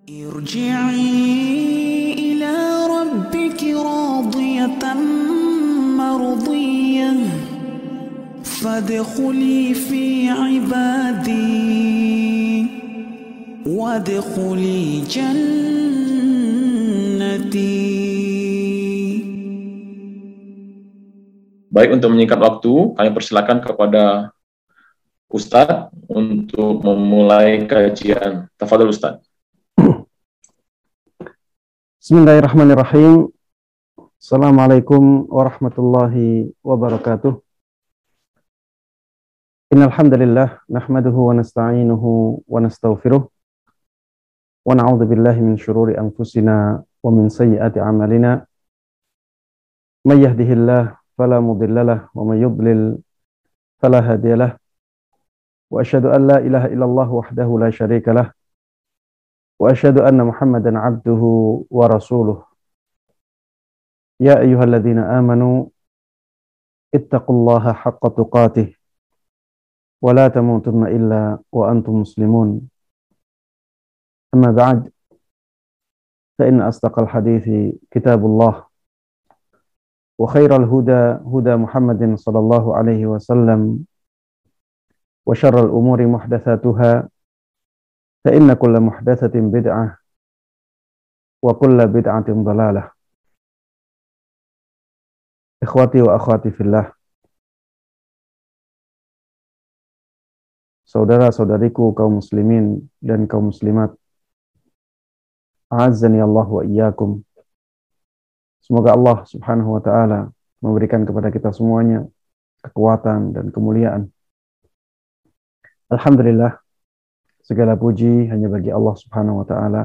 ارجعي إلى ربك راضية مرضية فادخلي في عبادي وادخلي جنتي. Baik, untuk menyingkat waktu, kami persilakan kepada Ustadz untuk memulai kajian. Tafadhol Ustadz. Bismillahirrahmanirrahim. Assalamualaikum warahmatullahi wabarakatuh. Innal hamdalillah nahmaduhu wa nasta'inuhu wa nastaghfiruh wa na'udzu billahi min syururi anfusina wa min sayyiati a'malina. May yahdihillahu fala mudhillalah wa may yudlil fala hadiyalah. Wa asyhadu an la ilaha illallah wahdahu la syarikalah wa asyhadu anna Muhammadan 'abduhu wa rasuluh. Ya ayyuhalladzina amanu ittaqullaha haqqa tuqatih wa la tamutunna illa wa antum muslimun. Amma ba'd, fa inna asdaqal hadithi kitabullah wa khairal huda huda Muhammadin sallallahu alaihi wasallam wa syarral umuri muhdatsatuha fa inna kulla muhdatsatin bid'ah wa kulla bid'atin dhalalah. Ikhwati wa akhwati fillah, saudara-saudariku kaum muslimin dan kaum muslimat, a'azzani Allah wa iyyakum. Semoga Allah subhanahu wa ta'ala memberikan kepada kita semuanya kekuatan dan kemuliaan. Alhamdulillah, segala puji hanya bagi Allah subhanahu wa ta'ala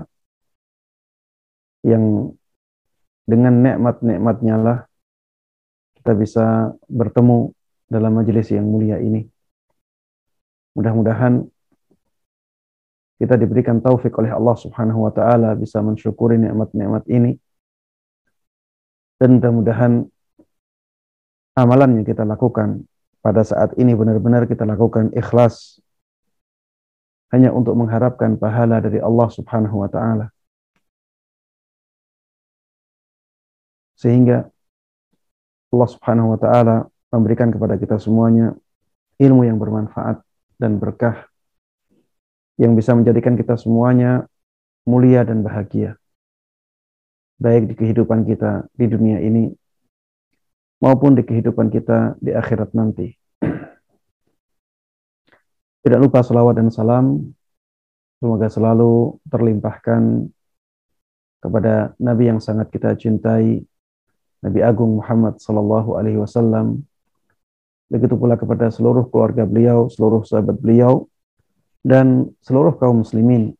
yang dengan nikmat-nikmatnya lah kita bisa bertemu dalam majelis yang mulia ini. Mudah-mudahan kita diberikan taufik oleh Allah subhanahu wa ta'ala bisa mensyukuri nikmat-nikmat ini. Dan mudah-mudahan amalan yang kita lakukan pada saat ini benar-benar kita lakukan ikhlas hanya untuk mengharapkan pahala dari Allah subhanahu wa ta'ala. Sehingga Allah subhanahu wa ta'ala memberikan kepada kita semuanya ilmu yang bermanfaat dan berkah yang bisa menjadikan kita semuanya mulia dan bahagia, baik di kehidupan kita di dunia ini maupun di kehidupan kita di akhirat nanti. Tidak lupa salawat dan salam semoga selalu terlimpahkan kepada Nabi yang sangat kita cintai, Nabi Agung Muhammad sallallahu alaihi wasallam. Begitu pula kepada seluruh keluarga beliau, seluruh sahabat beliau, dan seluruh kaum muslimin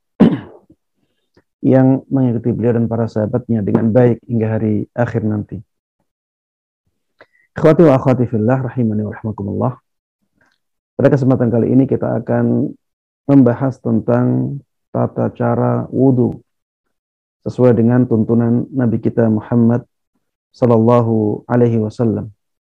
yang mengikuti beliau dan para sahabatnya dengan baik hingga hari akhir nanti. Ikhwati wa akhwati fillah rahimani wa rahmakumullah. Pada kesempatan kali ini kita akan membahas tentang tata cara wudu sesuai dengan tuntunan Nabi kita Muhammad sallallahu alaihi wasallam.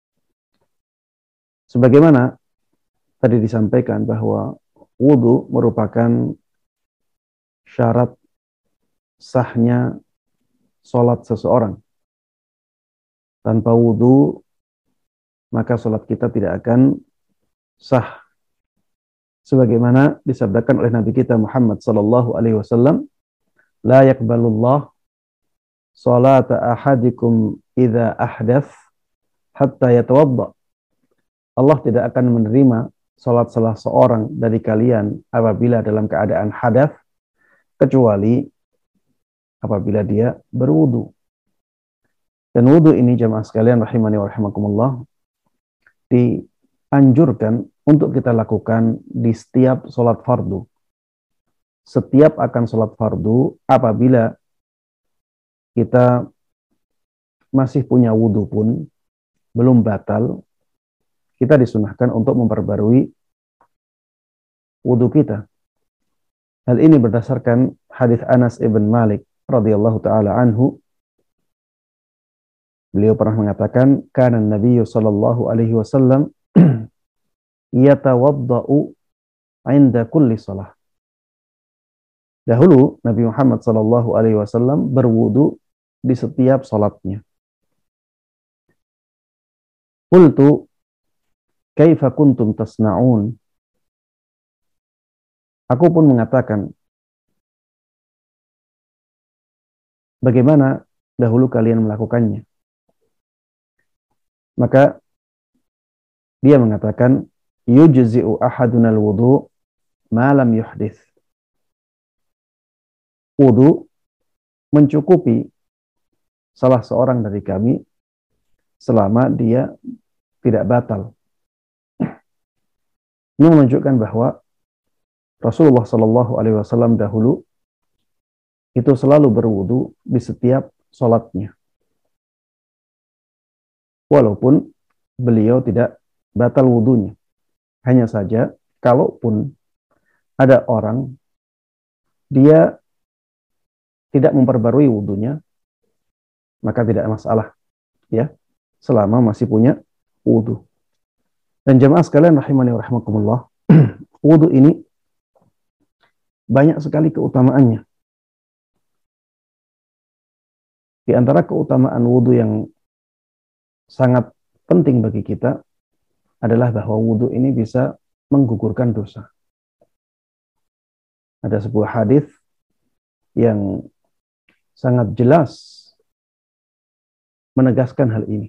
Sebagaimana tadi disampaikan bahwa wudu merupakan syarat sahnya sholat seseorang. Tanpa wudu maka sholat kita tidak akan sah. Sebagaimana disabdakan oleh Nabi kita Muhammad sallallahu alaihi wasallam, la yaqbalullah salata ahadikum idza ahdath hatta yatawadda. Allah tidak akan menerima salat salah seorang dari kalian apabila dalam keadaan hadath kecuali apabila dia berwudu. Dan wudu ini jamaah sekalian rahimani wa rahimakumullah dianjurkan untuk kita lakukan di setiap salat fardu. Setiap akan salat fardu apabila kita masih punya wudu pun belum batal, kita disunahkan untuk memperbarui wudu kita. Hal ini berdasarkan hadis Anas ibn Malik radhiyallahu taala anhu. Beliau pernah mengatakan, kana Nabi sallallahu alaihi wasallam yatawaddau 'inda kulli shalah. Dahulu Nabi Muhammad SAW berwudu di setiap salatnya. Qultu kaifa kuntum tasna'un? Aku pun mengatakan, bagaimana dahulu kalian melakukannya? Maka dia mengatakan, yujzi'u ahadunal wudu' ma lam yuhdits. Wudu mencukupi salah seorang dari kami selama dia tidak batal. Ini menunjukkan bahwa Rasulullah SAW dahulu itu selalu berwudu di setiap sholatnya. Walaupun beliau tidak batal wudunya. Hanya saja, kalaupun ada orang, dia tidak memperbarui wudunya, maka tidak masalah, ya, selama masih punya wudu. Dan jemaah sekalian rahimani wa rahimakumullah, wudu ini banyak sekali keutamaannya. Di antara keutamaan wudu yang sangat penting bagi kita adalah bahwa wudu ini bisa menggugurkan dosa. Ada sebuah hadis yang sangat jelas menegaskan hal ini.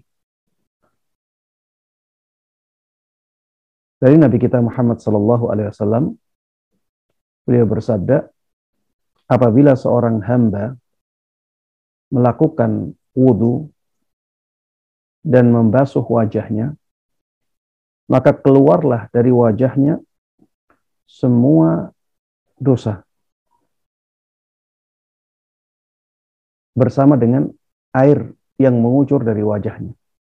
Dari Nabi kita Muhammad SAW, beliau bersabda, apabila seorang hamba melakukan wudu dan membasuh wajahnya, maka keluarlah dari wajahnya semua dosa bersama dengan air yang mengucur dari wajahnya.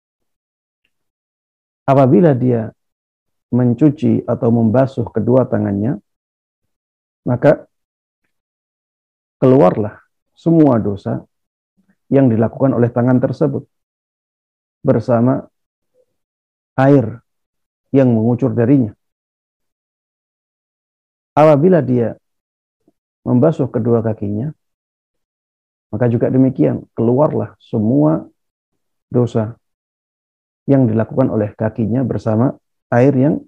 Apabila dia mencuci atau membasuh kedua tangannya, maka keluarlah semua dosa yang dilakukan oleh tangan tersebut bersama air yang mengucur darinya. Apabila dia membasuh kedua kakinya, maka juga demikian, keluarlah semua dosa yang dilakukan oleh kakinya bersama air yang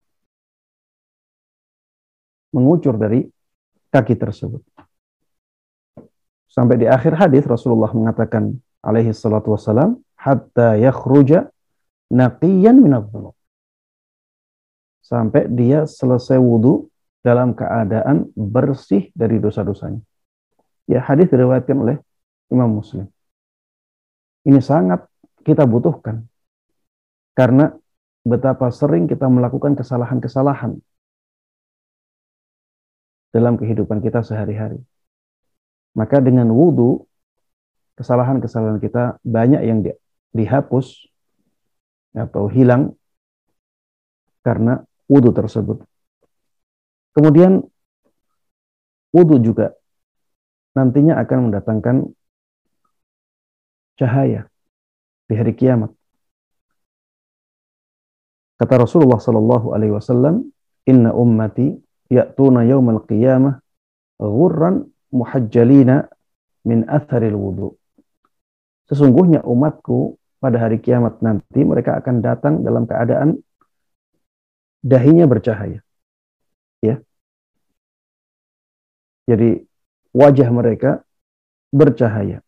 mengucur dari kaki tersebut. Sampai di akhir hadis Rasulullah mengatakan alaihi salatu wassalam, hatta yakhruja naqiyan minadh-dhunub. Sampai dia selesai wudu dalam keadaan bersih dari dosa-dosanya. Ya, hadis diriwayatkan oleh Imam Muslim. Ini sangat kita butuhkan. Karena betapa sering kita melakukan kesalahan-kesalahan dalam kehidupan kita sehari-hari. Maka dengan wudu, kesalahan-kesalahan kita banyak yang dihapus atau hilang karena wudu tersebut. Kemudian wudu juga nantinya akan mendatangkan cahaya di hari kiamat. Kata Rasulullah SAW, inna ummati ya'tuna yawmal qiyamah ghurran muhajjalina min atharil wudu. Sesungguhnya umatku pada hari kiamat nanti mereka akan datang dalam keadaan dahinya bercahaya. Ya. Jadi wajah mereka bercahaya.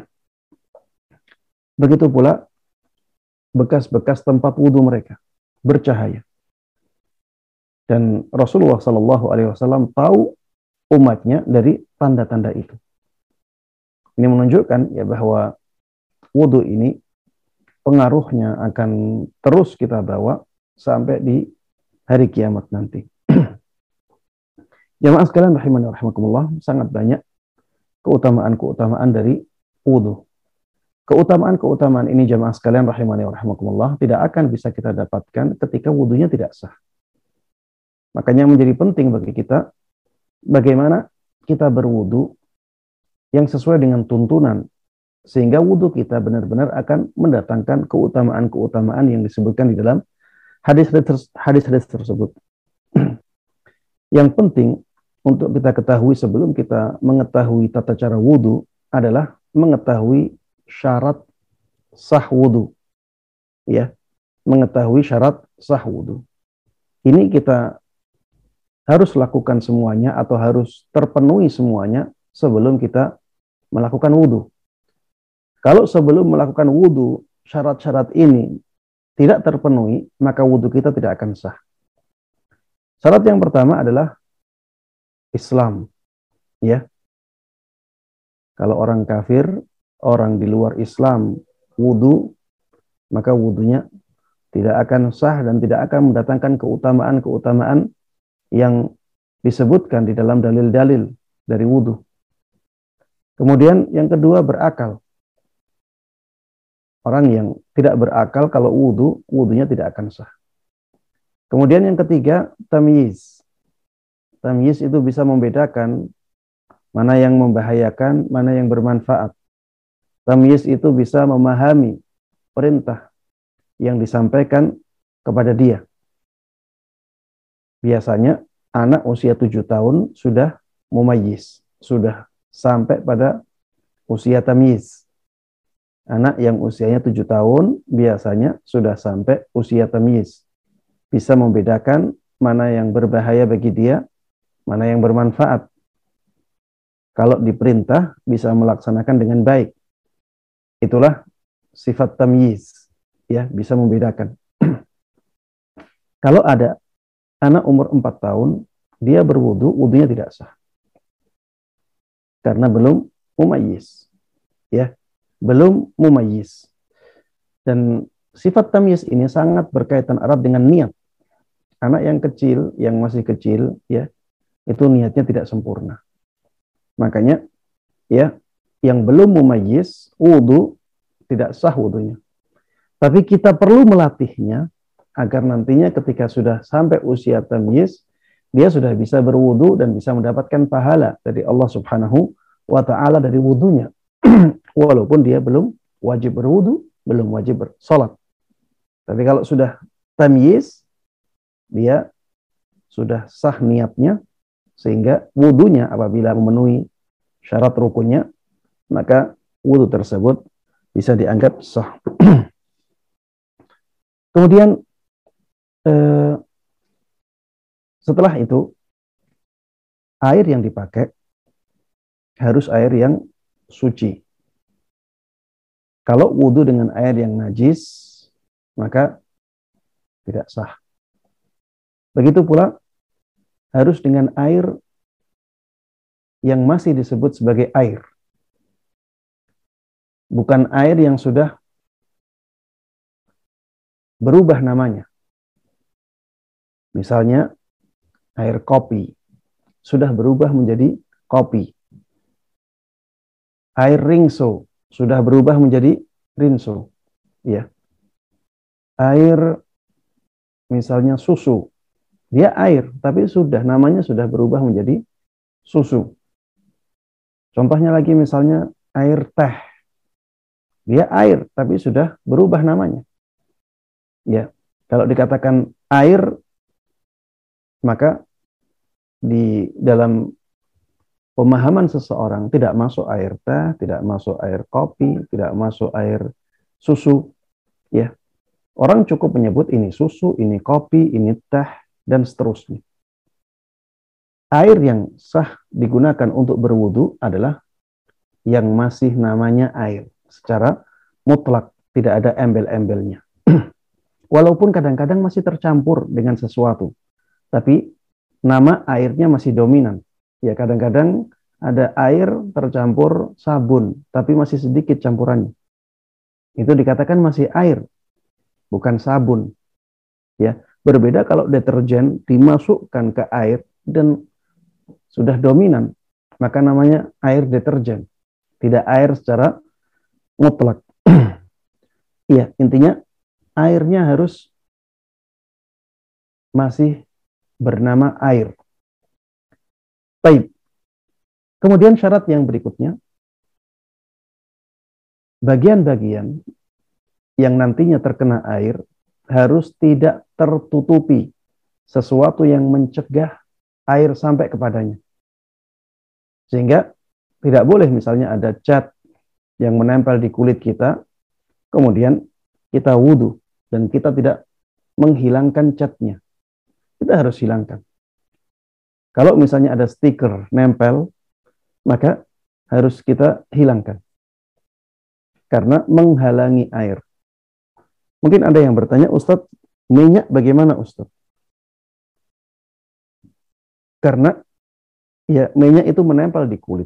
Begitu pula bekas-bekas tempat wudu mereka bercahaya. Dan Rasulullah SAW tahu umatnya dari tanda-tanda itu. Ini menunjukkan ya bahwa wudu ini pengaruhnya akan terus kita bawa sampai di hari kiamat nanti. Jamaah sekalian rahimani wa rahimakumullah, sangat banyak keutamaan-keutamaan dari wudu. Keutamaan-keutamaan ini jamaah sekalian rahimani wa rahimakumullah tidak akan bisa kita dapatkan ketika wudunya tidak sah. Makanya menjadi penting bagi kita bagaimana kita berwudu yang sesuai dengan tuntunan sehingga wudu kita benar-benar akan mendatangkan keutamaan-keutamaan yang disebutkan di dalam hadis-hadis tersebut. Yang penting untuk kita ketahui sebelum kita mengetahui tata cara wudu adalah mengetahui syarat sah wudu. Ya, mengetahui syarat sah wudu. Ini kita harus lakukan semuanya atau harus terpenuhi semuanya sebelum kita melakukan wudu. Kalau sebelum melakukan wudu syarat-syarat ini tidak terpenuhi, maka wudu kita tidak akan sah. Syarat yang pertama adalah Islam. Ya. Kalau orang kafir, orang di luar Islam wudu, maka wudunya tidak akan sah dan tidak akan mendatangkan keutamaan-keutamaan yang disebutkan di dalam dalil-dalil dari wudu. Kemudian yang kedua, berakal. Orang yang tidak berakal kalau wudu, wudunya tidak akan sah. Kemudian yang ketiga, tamyiz. Tamyiz itu bisa membedakan mana yang membahayakan, mana yang bermanfaat. Tamyiz itu bisa memahami perintah yang disampaikan kepada dia. Biasanya anak usia 7 tahun sudah mumayyiz, sudah sampai pada usia tamyiz. Anak yang usianya 7 tahun biasanya sudah sampai usia tamyiz. Bisa membedakan mana yang berbahaya bagi dia, mana yang bermanfaat. Kalau diperintah bisa melaksanakan dengan baik. Itulah sifat tamyiz, ya, bisa membedakan. Kalau ada anak umur 4 tahun, dia berwudu, wudunya tidak sah. Karena belum mumayyiz. Ya, belum mumayyiz. Dan sifat tamyiz ini sangat berkaitan erat dengan niat. Anak yang kecil, yang masih kecil, ya, itu niatnya tidak sempurna. Makanya, ya, yang belum mumayyiz, wudu tidak sah wudunya. Tapi kita perlu melatihnya agar nantinya ketika sudah sampai usia tamyiz, dia sudah bisa berwudu dan bisa mendapatkan pahala dari Allah Subhanahu wa Ta'ala dari wudunya. Walaupun dia belum wajib berwudu, belum wajib bersalat. Tapi kalau sudah tamyiz, dia sudah sah niatnya, sehingga wudunya apabila memenuhi syarat rukunnya, maka wudu tersebut bisa dianggap sah. Kemudian setelah itu, air yang dipakai harus air yang suci. Kalau wudu dengan air yang najis, maka tidak sah. Begitu pula harus dengan air yang masih disebut sebagai air. Bukan air yang sudah berubah namanya. Misalnya air kopi sudah berubah menjadi kopi. Air rinso sudah berubah menjadi rinso. Ya. Air misalnya susu. Dia air, tapi namanya sudah berubah menjadi susu. Contohnya lagi misalnya air teh. Dia air, tapi sudah berubah namanya. Ya, kalau dikatakan air, maka di dalam pemahaman seseorang tidak masuk air teh, tidak masuk air kopi, tidak masuk air susu. Ya, orang cukup menyebut ini susu, ini kopi, ini teh, dan seterusnya. Air yang sah digunakan untuk berwudu adalah yang masih namanya air. Secara mutlak, tidak ada embel-embelnya. Walaupun kadang-kadang masih tercampur dengan sesuatu, tapi nama airnya masih dominan. Ya, kadang-kadang ada air tercampur sabun, tapi masih sedikit campurannya. Itu dikatakan masih air, bukan sabun. Ya, berbeda kalau deterjen dimasukkan ke air dan sudah dominan, maka namanya air deterjen, tidak air secara mutlak. Iya, intinya airnya harus masih bernama air. Baik. Kemudian syarat yang berikutnya, bagian-bagian yang nantinya terkena air harus tidak tertutupi sesuatu yang mencegah air sampai kepadanya. Sehingga tidak boleh misalnya ada cat yang menempel di kulit kita, kemudian kita wudhu dan kita tidak menghilangkan catnya. Kita harus hilangkan. Kalau misalnya ada stiker nempel, maka harus kita hilangkan. Karena menghalangi air. Mungkin ada yang bertanya, Ustadz, minyak bagaimana Ustadz? Karena ya minyak itu menempel di kulit.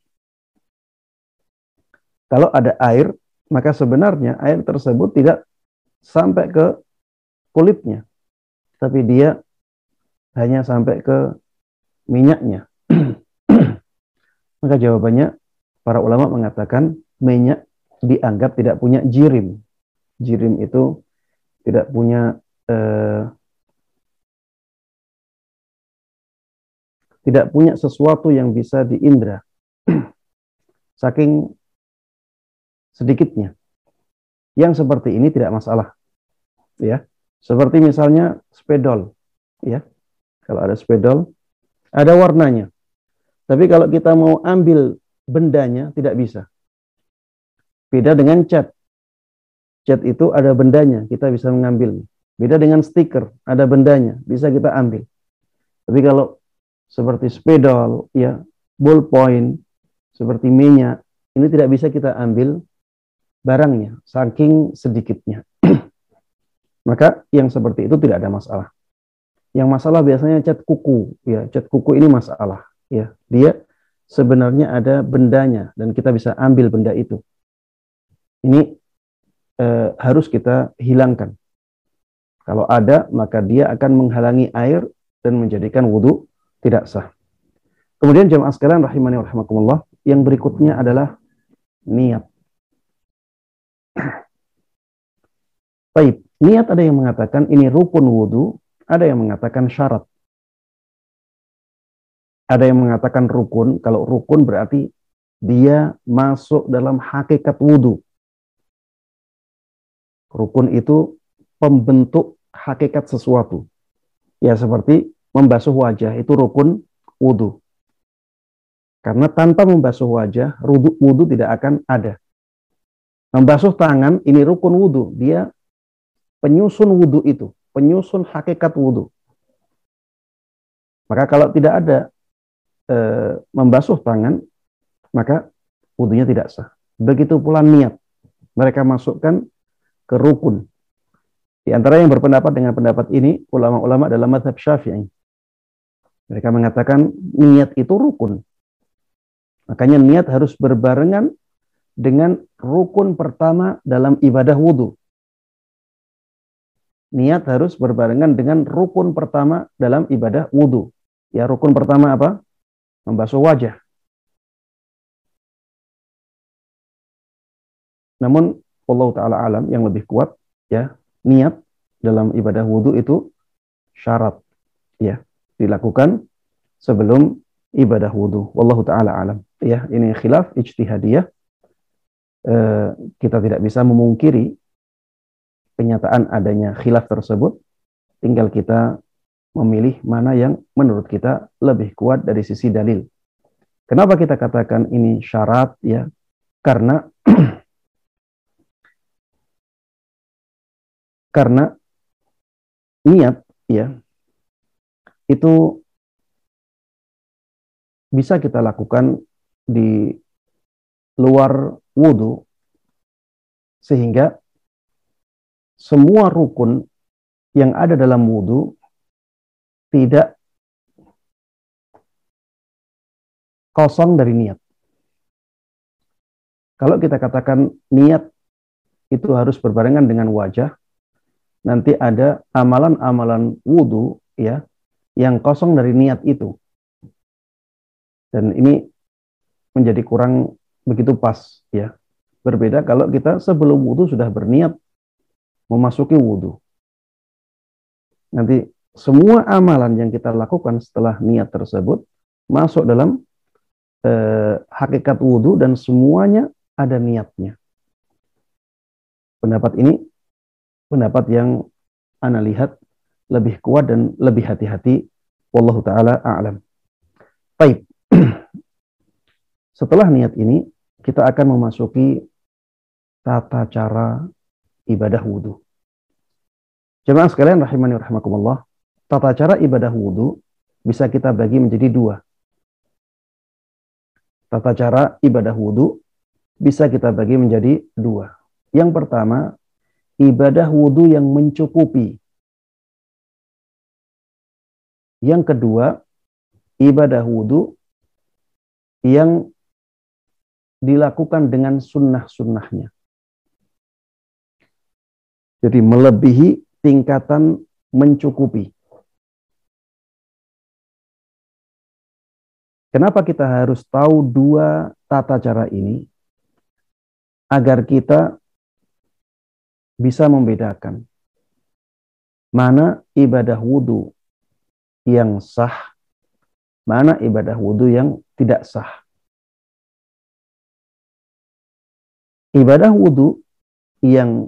Kalau ada air, maka sebenarnya air tersebut tidak sampai ke kulitnya, tapi dia hanya sampai ke minyaknya. Maka jawabannya, para ulama mengatakan minyak dianggap tidak punya jirim. Jirim itu tidak punya sesuatu yang bisa diindra. Saking sedikitnya. Yang seperti ini tidak masalah. Ya. Seperti misalnya spedol, ya. Kalau ada spedol, ada warnanya. Tapi kalau kita mau ambil bendanya, tidak bisa. Beda dengan cat. Cat itu ada bendanya, kita bisa mengambil. Beda dengan stiker, ada bendanya, bisa kita ambil. Tapi kalau seperti spedol, ya, ballpoint, seperti minyak, ini tidak bisa kita ambil barangnya, saking sedikitnya. Maka yang seperti itu tidak ada masalah. Yang masalah biasanya cat kuku, ya, cat kuku ini masalah, ya. Dia sebenarnya ada bendanya dan kita bisa ambil benda itu. Ini harus kita hilangkan. Kalau ada, maka dia akan menghalangi air dan menjadikan wudhu tidak sah. Kemudian jamaah sekalian rahimani wa rahimakumullah, yang berikutnya adalah niat. Baik, niat ada yang mengatakan ini rukun wudhu, ada yang mengatakan syarat. Ada yang mengatakan rukun, kalau rukun berarti dia masuk dalam hakikat wudhu. Rukun itu pembentuk hakikat sesuatu. Ya seperti membasuh wajah, itu rukun wudhu. Karena tanpa membasuh wajah, wudhu tidak akan ada. Membasuh tangan, ini rukun wudhu. Dia penyusun wudhu itu, penyusun hakikat wudhu. Maka kalau tidak ada membasuh tangan, maka wudhunya tidak sah. Begitu pula niat. Mereka masukkan ke rukun. Di antara yang berpendapat dengan pendapat ini, ulama-ulama dalam mazhab Syafi'i. Mereka mengatakan niat itu rukun. Makanya niat harus berbarengan dengan rukun pertama dalam ibadah wudhu. Niat harus berbarengan dengan rukun pertama dalam ibadah wudhu. Ya, rukun pertama apa? Membasuh wajah. Namun Allah Ta'ala alam yang lebih kuat, ya, niat dalam ibadah wudhu itu syarat, ya, dilakukan sebelum ibadah wudhu. Wallahu Ta'ala alam. Ya, ini khilaf ijtihadiyah. Kita tidak bisa memungkiri kenyataan adanya khilaf tersebut. Tinggal kita memilih mana yang menurut kita lebih kuat dari sisi dalil. Kenapa kita katakan ini syarat, ya? Karena niat, ya, itu bisa kita lakukan di luar wudhu, sehingga semua rukun yang ada dalam wudhu tidak kosong dari niat. Kalau kita katakan niat itu harus berbarengan dengan wajah, nanti ada amalan-amalan wudhu, ya, yang kosong dari niat itu. Dan ini menjadi kurang begitu pas, ya. Berbeda kalau kita sebelum wudhu sudah berniat memasuki wudhu. Nanti semua amalan yang kita lakukan setelah niat tersebut masuk dalam hakikat wudhu dan semuanya ada niatnya. Pendapat ini pendapat yang ana lihat lebih kuat dan lebih hati-hati. Wallahu ta'ala a'lam. Baik. Setelah niat ini, kita akan memasuki tata cara ibadah wudhu. Jemaah sekalian rahimani rahimakumullah, tata cara ibadah wudhu bisa kita bagi menjadi dua. Tata cara ibadah wudhu bisa kita bagi menjadi dua. Yang pertama, ibadah wudhu yang mencukupi. Yang kedua, ibadah wudhu yang dilakukan dengan sunnah-sunnahnya. Jadi melebihi tingkatan mencukupi. Kenapa kita harus tahu dua tata cara ini? Agar kita bisa membedakan mana ibadah wudhu yang sah, mana ibadah wudhu yang tidak sah. Ibadah wudhu yang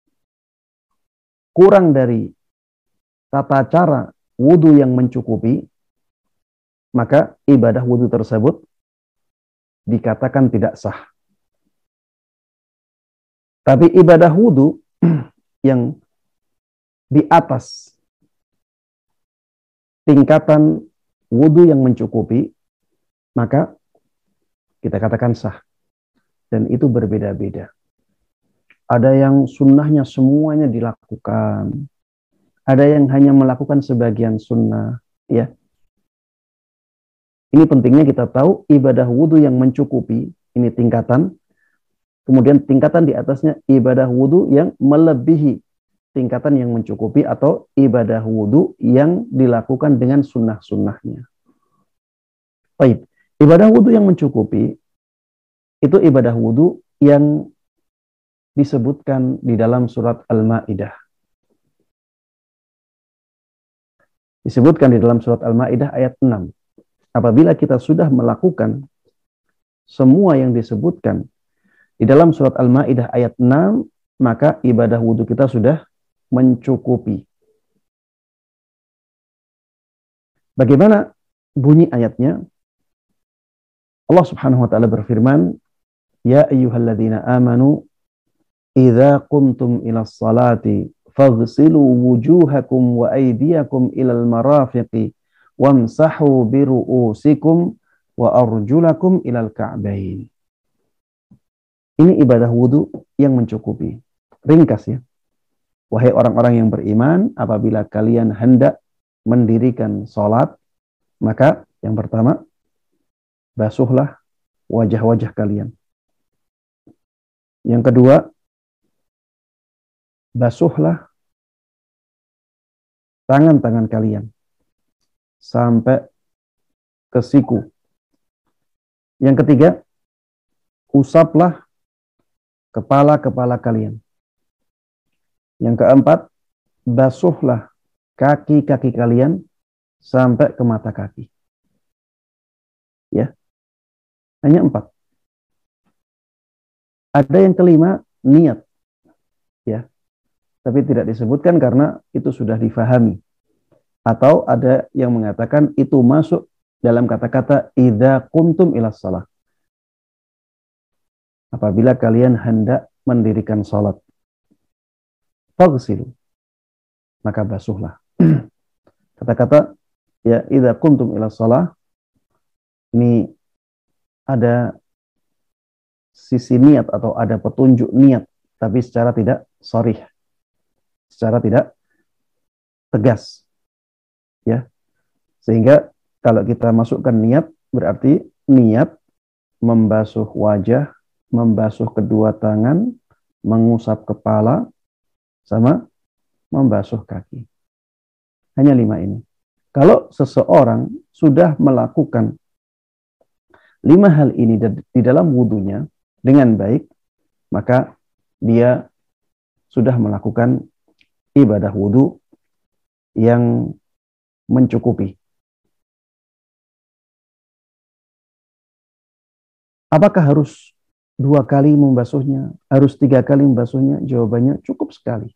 kurang dari tata cara wudhu yang mencukupi, maka ibadah wudhu tersebut dikatakan tidak sah. Tapi ibadah wudhu yang di atas tingkatan wudhu yang mencukupi, maka kita katakan sah. Dan itu berbeda-beda. Ada yang sunnahnya semuanya dilakukan. Ada yang hanya melakukan sebagian sunnah. Ya. Ini pentingnya kita tahu ibadah wudhu yang mencukupi. Ini tingkatan. Kemudian tingkatan di atasnya ibadah wudhu yang melebihi tingkatan yang mencukupi atau ibadah wudhu yang dilakukan dengan sunnah-sunnahnya. Baik. Ibadah wudhu yang mencukupi itu ibadah wudhu yang disebutkan di dalam surat Al-Ma'idah. Disebutkan di dalam surat Al-Ma'idah ayat 6. Apabila kita sudah melakukan semua yang disebutkan di dalam surat Al-Ma'idah ayat 6, maka ibadah wudhu kita sudah mencukupi. Bagaimana bunyi ayatnya? Allah Subhanahu wa taala berfirman, "Ya ayyuhalladzina amanu idza qumtum ilas salati faghsilu wujuhakum wa aydiyakum ilal marafiqi wamsahu biru'usikum wa arjulakum ilal ka'bain." Ini ibadah wudhu yang mencukupi. Ringkas ya. Wahai orang-orang yang beriman, apabila kalian hendak mendirikan sholat, maka yang pertama, basuhlah wajah-wajah kalian. Yang kedua, basuhlah tangan-tangan kalian sampai ke siku. Yang ketiga, usaplah kepala-kepala kalian. Yang keempat, basuhlah kaki-kaki kalian sampai ke mata kaki. Ya. Hanya 4. Ada yang kelima, niat. Ya. Tapi tidak disebutkan karena itu sudah difahami. Atau ada yang mengatakan itu masuk dalam kata-kata idza qumtum ilas shalah. Apabila kalian hendak mendirikan salat. Faghsilu. Maka basuhlah. Kata-kata ya idza qumtum ilas shalah ini ada sisi niat atau ada petunjuk niat, tapi secara tidak sharih, secara tidak tegas, ya. Sehingga kalau kita masukkan niat, berarti niat membasuh wajah, membasuh kedua tangan, mengusap kepala, sama membasuh kaki. Hanya 5 ini. Kalau seseorang sudah melakukan 5 hal ini di dalam wudunya dengan baik, maka dia sudah melakukan ibadah wudu yang mencukupi. Apakah harus 2 kali membasuhnya? Harus 3 kali membasuhnya? Jawabannya cukup sekali.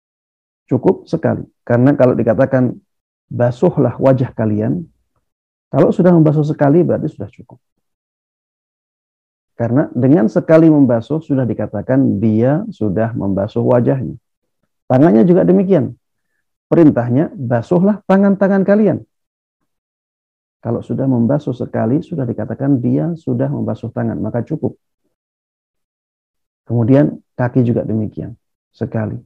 Cukup sekali. Karena kalau dikatakan basuhlah wajah kalian, Kalau sudah membasuh sekali berarti sudah cukup. Karena dengan sekali membasuh sudah dikatakan dia sudah membasuh wajahnya. Tangannya juga demikian. Perintahnya, basuhlah tangan-tangan kalian. Kalau sudah membasuh sekali, sudah dikatakan dia sudah membasuh tangan, maka cukup. Kemudian kaki juga demikian, sekali.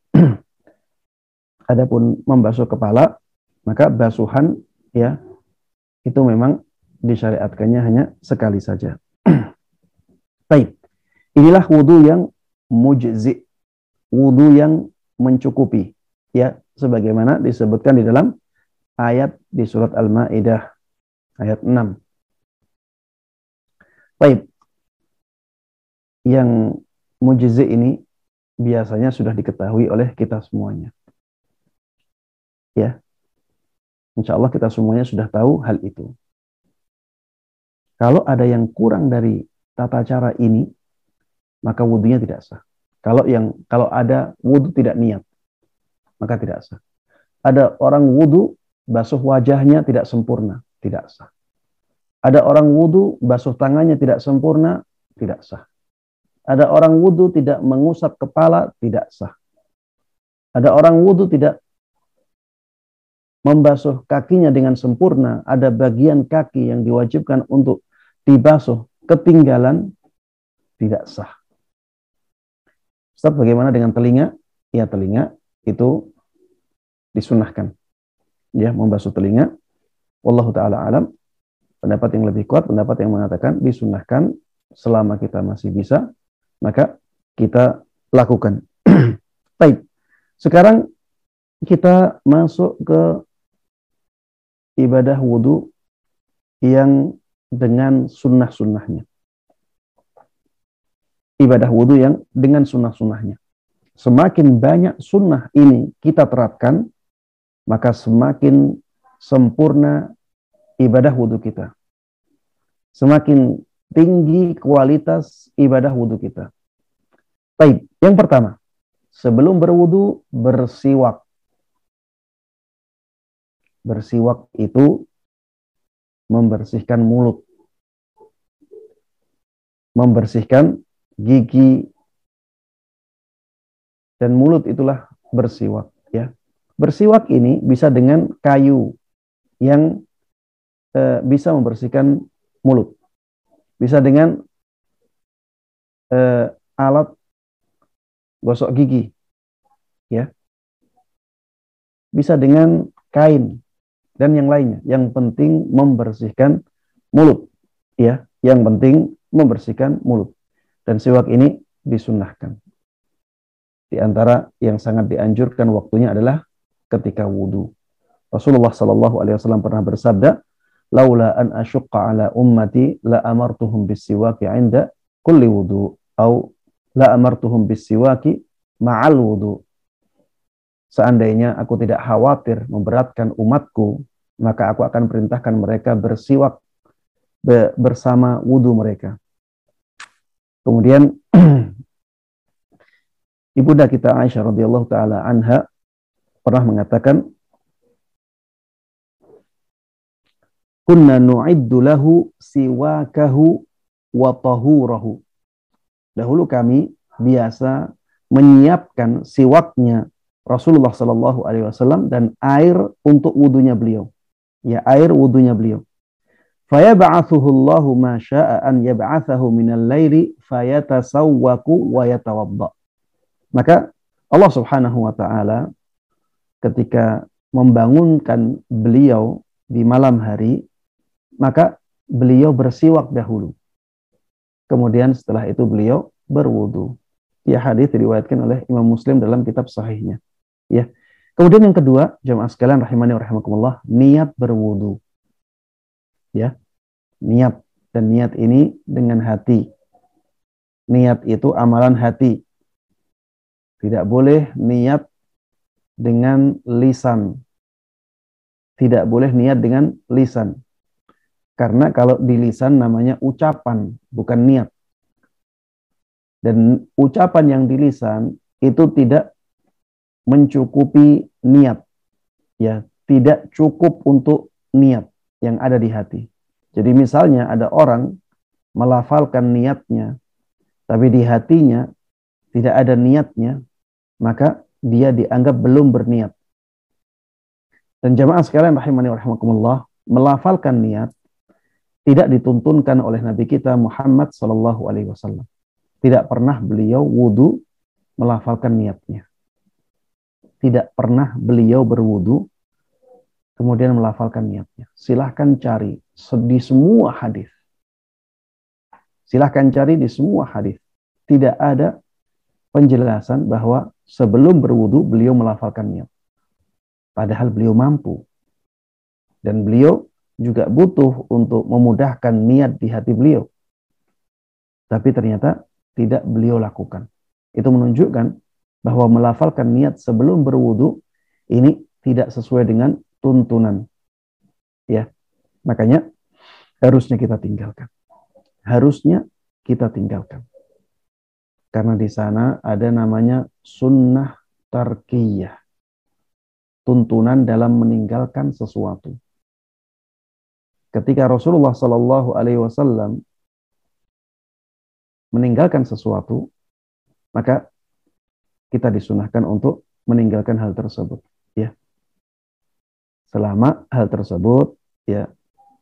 Adapun membasuh kepala, maka basuhan ya itu memang disyariatkannya hanya sekali saja. Baik. Inilah wudu yang mujzi, wudu yang mencukupi, ya, sebagaimana disebutkan di dalam ayat di surat Al-Maidah ayat 6. Baik. Yang mujzi ini biasanya sudah diketahui oleh kita semuanya. Ya. Insya Allah kita semuanya sudah tahu hal itu. Kalau ada yang kurang dari tata cara ini, maka wudunya tidak sah. Kalau ada wudu tidak niat, maka tidak sah. Ada orang wudu basuh wajahnya tidak sempurna, tidak sah. Ada orang wudu basuh tangannya tidak sempurna, tidak sah. Ada orang wudu tidak mengusap kepala, tidak sah. Ada orang wudu tidak membasuh kakinya dengan sempurna, ada bagian kaki yang diwajibkan untuk dibasuh ketinggalan, tidak sah. Ustaz, bagaimana dengan telinga? Ya, telinga itu disunahkan. Ya, membasuh telinga. Wallahu ta'ala alam. Pendapat yang lebih kuat, pendapat yang mengatakan disunahkan selama kita masih bisa, maka kita lakukan. Baik. Sekarang kita masuk ke ibadah wudu yang dengan sunnah-sunnahnya. Ibadah wudu yang dengan sunnah-sunnahnya. Semakin banyak sunnah ini kita terapkan, maka semakin sempurna ibadah wudu kita. Semakin tinggi kualitas ibadah wudu kita. Baik, yang pertama, sebelum berwudu, bersiwak. Bersiwak itu membersihkan mulut, membersihkan gigi, dan mulut itulah bersiwak. Ya, bersiwak ini bisa dengan kayu yang bisa membersihkan mulut, bisa dengan alat gosok gigi, ya, bisa dengan kain dan yang lainnya. Yang penting membersihkan mulut, ya, yang penting membersihkan mulut. Dan siwak ini disunnahkan. Di antara yang sangat dianjurkan waktunya adalah ketika wudu. Rasulullah SAW pernah bersabda, "Laula an asyqa ala ummati la amartuhum bis-siwaki 'inda kulli wudu," atau "La amartuhum bis-siwaki ma'al wudu." Seandainya aku tidak khawatir memberatkan umatku, maka aku akan perintahkan mereka bersiwak bersama wudu mereka. Kemudian ibunda kita Aisyah radhiyallahu taala anha pernah mengatakan, "Kunna nu'iddu lahu siwakahu wa tahurahu." Dahulu kami biasa menyiapkan siwaknya Rasulullah sallallahu alaihi wasallam dan air untuk wudunya beliau. Ya, air wudunya beliau. Fayab'athuhu Allahu ma syaa an yab'athahu minal laili fayatasawwaku wa yatawadda. Maka Allah Subhanahu wa taala ketika membangunkan beliau di malam hari, maka beliau bersiwak dahulu. Kemudian setelah itu beliau berwudu. Ya, hadis diriwayatkan oleh Imam Muslim dalam kitab sahihnya. Ya. Kemudian yang kedua, jamaah sekalian rahimani wa rahimakumullah, niat berwudu. Ya. Niat, dan niat ini dengan hati. Niat itu amalan hati. Tidak boleh niat dengan lisan. Tidak boleh niat dengan lisan. Karena kalau di lisan namanya ucapan, bukan niat. Dan ucapan yang di lisan itu tidak mencukupi niat. Ya, tidak cukup untuk niat. yang ada di hati. Jadi misalnya ada orang melafalkan niatnya, tapi di hatinya tidak ada niatnya, maka dia dianggap belum berniat. Dan jamaah sekalian rahimani wa rahimakumullah, melafalkan niat tidak dituntunkan oleh Nabi kita Muhammad sallallahu alaihi wasallam. Tidak pernah beliau wudu melafalkan niatnya. Tidak pernah beliau berwudu kemudian melafalkan niatnya. Silahkan cari di semua hadis. Silahkan cari di semua hadis. Tidak ada penjelasan bahwa sebelum berwudu beliau melafalkan niat. Padahal beliau mampu. Dan beliau juga butuh untuk memudahkan niat di hati beliau. Tapi ternyata tidak beliau lakukan. Itu menunjukkan bahwa melafalkan niat sebelum berwudu ini tidak sesuai dengan tuntunan. Ya. Makanya harusnya kita tinggalkan. Harusnya kita tinggalkan. Karena di sana ada namanya sunnah tarkiyah. Tuntunan dalam meninggalkan sesuatu. Ketika Rasulullah Sallallahu Alaihi Wasallam meninggalkan sesuatu, maka kita disunahkan untuk meninggalkan hal tersebut. Ya, selama hal tersebut ya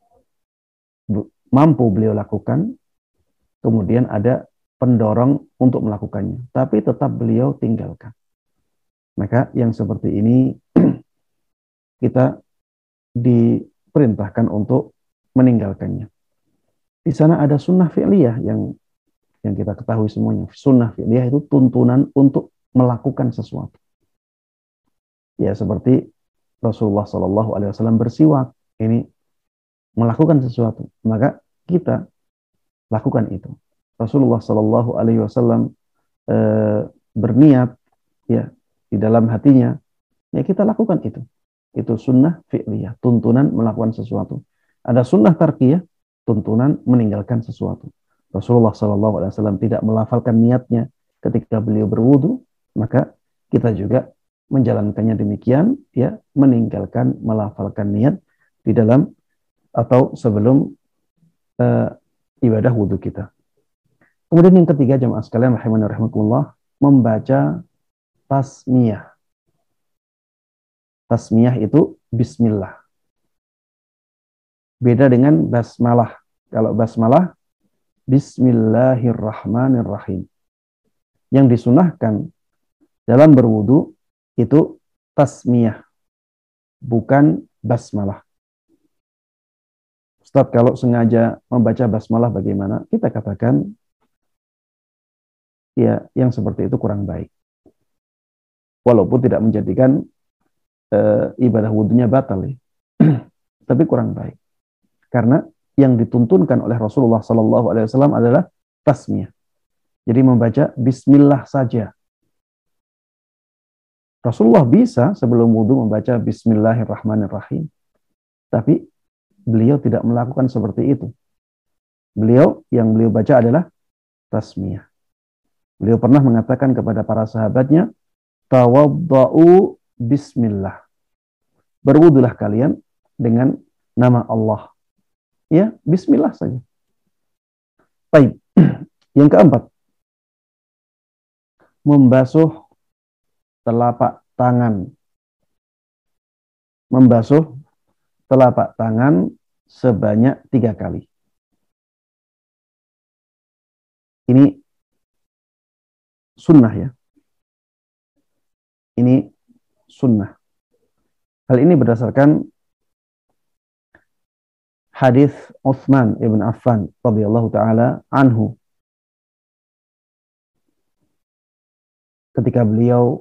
mampu beliau lakukan, kemudian ada pendorong untuk melakukannya, tapi tetap beliau tinggalkan. Maka yang seperti ini kita diperintahkan untuk meninggalkannya. Di sana ada sunnah fi'liyah yang kita ketahui semuanya. Sunnah fi'liyah itu tuntunan untuk melakukan sesuatu. Ya seperti Rasulullah Shallallahu Alaihi Wasallam bersiwak, ini melakukan sesuatu, maka kita lakukan itu. Rasulullah Shallallahu Alaihi Wasallam berniat ya di dalam hatinya, ya kita lakukan itu. Itu sunnah fi'liyah, tuntunan melakukan sesuatu. Ada sunnah tarkiyah, tuntunan meninggalkan sesuatu. Rasulullah SAW tidak melafalkan niatnya ketika beliau berwudu, maka kita juga menjalankannya demikian, ya meninggalkan melafalkan niat di dalam atau sebelum ibadah wudu kita. Kemudian yang ketiga jamaah sekalian rahimani wa rahimakumullah, membaca tasmiyah. Tasmiyah itu bismillah. Beda dengan basmalah. Kalau basmalah, bismillahirrahmanirrahim. Yang disunahkan dalam berwudu itu tasmiyah, bukan basmalah. Ustaz, kalau sengaja membaca basmalah bagaimana? Kita katakan, ya yang seperti itu kurang baik. Walaupun tidak menjadikan ibadah wudunya batal, ya. Tapi kurang baik. Karena yang dituntunkan oleh Rasulullah SAW adalah tasmiyah. Jadi membaca bismillah saja. Rasulullah bisa sebelum wudu membaca bismillahirrahmanirrahim. Tapi beliau tidak melakukan seperti itu. Yang beliau baca adalah tasmiyah. Beliau pernah mengatakan kepada para sahabatnya, tawadda'u bismillah. Berwudulah kalian dengan nama Allah. Ya, bismillah saja. Baik. Yang keempat, membasuh telapak tangan. Membasuh telapak tangan sebanyak 3 kali. Ini sunnah ya. Ini sunnah. Hal ini berdasarkan hadis Utsman ibn Affan radhiyallahu taala anhu. Ketika beliau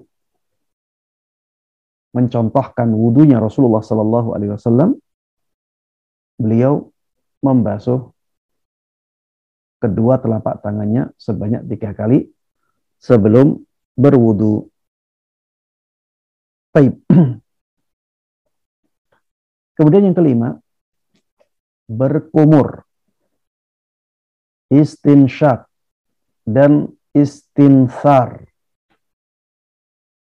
mencontohkan wudunya Rasulullah sallallahu alaihi wasallam, beliau membasuh kedua telapak tangannya sebanyak 3 kali sebelum berwudu. Baik. Kemudian yang kelima, berkumur, istinsyaq dan istinthar.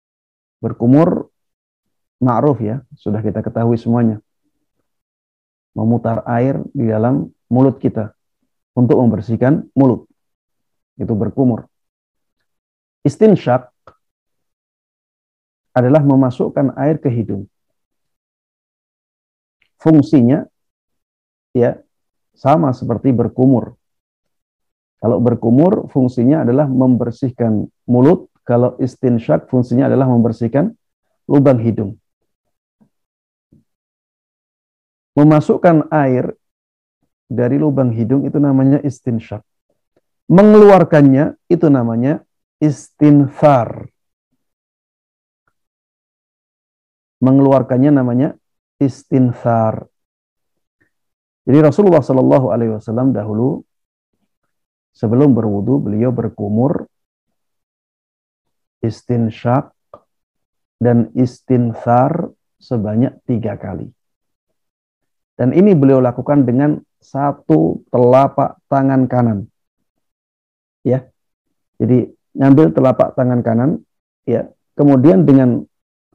Berkumur ma'ruf ya, sudah kita ketahui semuanya. memutar air di dalam mulut kita untuk membersihkan mulut. Itu berkumur. Istinsyak adalah memasukkan air ke hidung. Fungsinya ya sama seperti berkumur. Kalau berkumur fungsinya adalah membersihkan mulut, kalau istinsyak fungsinya adalah membersihkan lubang hidung. Memasukkan air dari lubang hidung itu namanya istinsyak. Mengeluarkannya itu namanya istinthar. Mengeluarkannya namanya istinthar. Jadi Rasulullah Shallallahu Alaihi Wasallam dahulu sebelum berwudu beliau berkumur, istinsyak dan istinthar sebanyak 3 kali. Dan ini beliau lakukan dengan satu telapak tangan kanan. Ya. Jadi ngambil telapak tangan kanan, ya. Kemudian dengan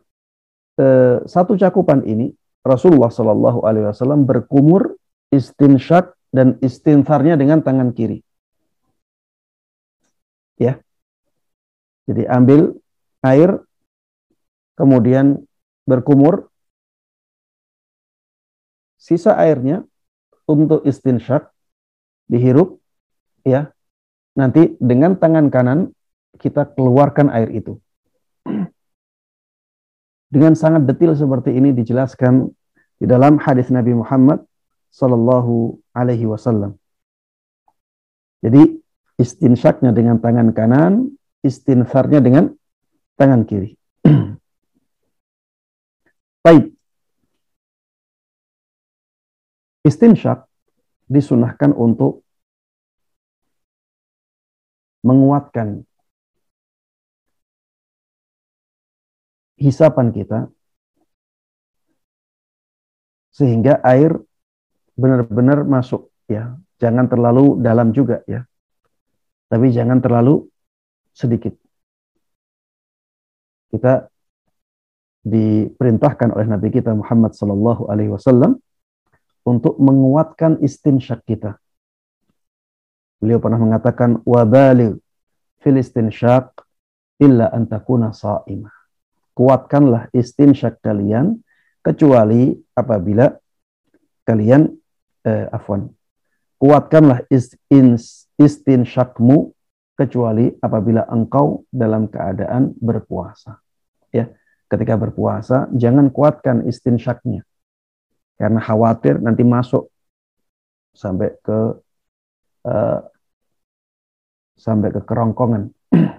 satu cakupan ini Rasulullah Shallallahu Alaihi Wasallam berkumur, istinsyak dan istintharnya dengan tangan kiri. Ya. Jadi ambil air, kemudian berkumur, sisa airnya untuk istinsyak dihirup, ya. Nanti dengan tangan kanan kita keluarkan air itu. Dengan sangat detail seperti ini dijelaskan di dalam hadis Nabi Muhammad Sallallahu Alaihi Wasallam. Jadi istinsyaknya dengan tangan kanan, istintharnya dengan tangan kiri. Baik. Istinsyak disunahkan untuk menguatkan hisapan kita sehingga air benar-benar masuk, ya. Jangan terlalu dalam juga, ya. Tapi jangan terlalu sedikit. Kita diperintahkan oleh Nabi kita Muhammad sallallahu alaihi wasallam untuk menguatkan istinsyak kita. Beliau pernah mengatakan wabaligh fil istinsyak illa an takuna sha'imah. Kuatkanlah istinsyak kalian kecuali apabila kalian kuatkanlah istinsyakmu kecuali apabila engkau dalam keadaan berpuasa. Ya, ketika berpuasa jangan kuatkan istinsyaknya karena khawatir nanti masuk sampai ke kerongkongan.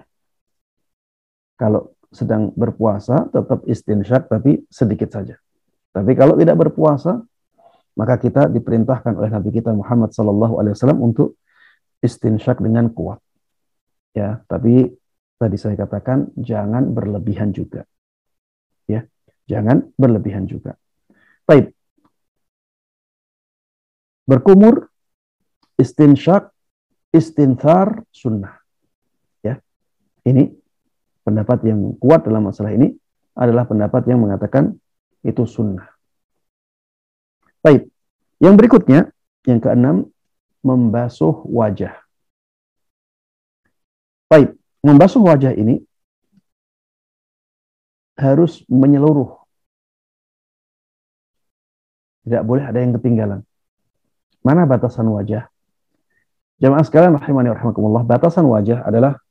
Kalau sedang berpuasa tetap istinsyak tapi sedikit saja. Tapi kalau tidak berpuasa maka kita diperintahkan oleh Nabi kita Muhammad sallallahu alaihi wasallam untuk istinsyak dengan kuat. Ya, tapi tadi saya katakan jangan berlebihan juga. Ya, jangan berlebihan juga. Baik. Berkumur, istinsyak, istinthar sunnah. Ya. Ini pendapat yang kuat dalam masalah ini adalah pendapat yang mengatakan itu sunnah. Baik. Yang berikutnya, yang keenam, membasuh wajah. Baik, membasuh wajah ini harus menyeluruh. Tidak boleh ada yang ketinggalan. Mana batasan wajah? Jamaah sekalian rahimani wa rahimakumullah, batasan wajah adalah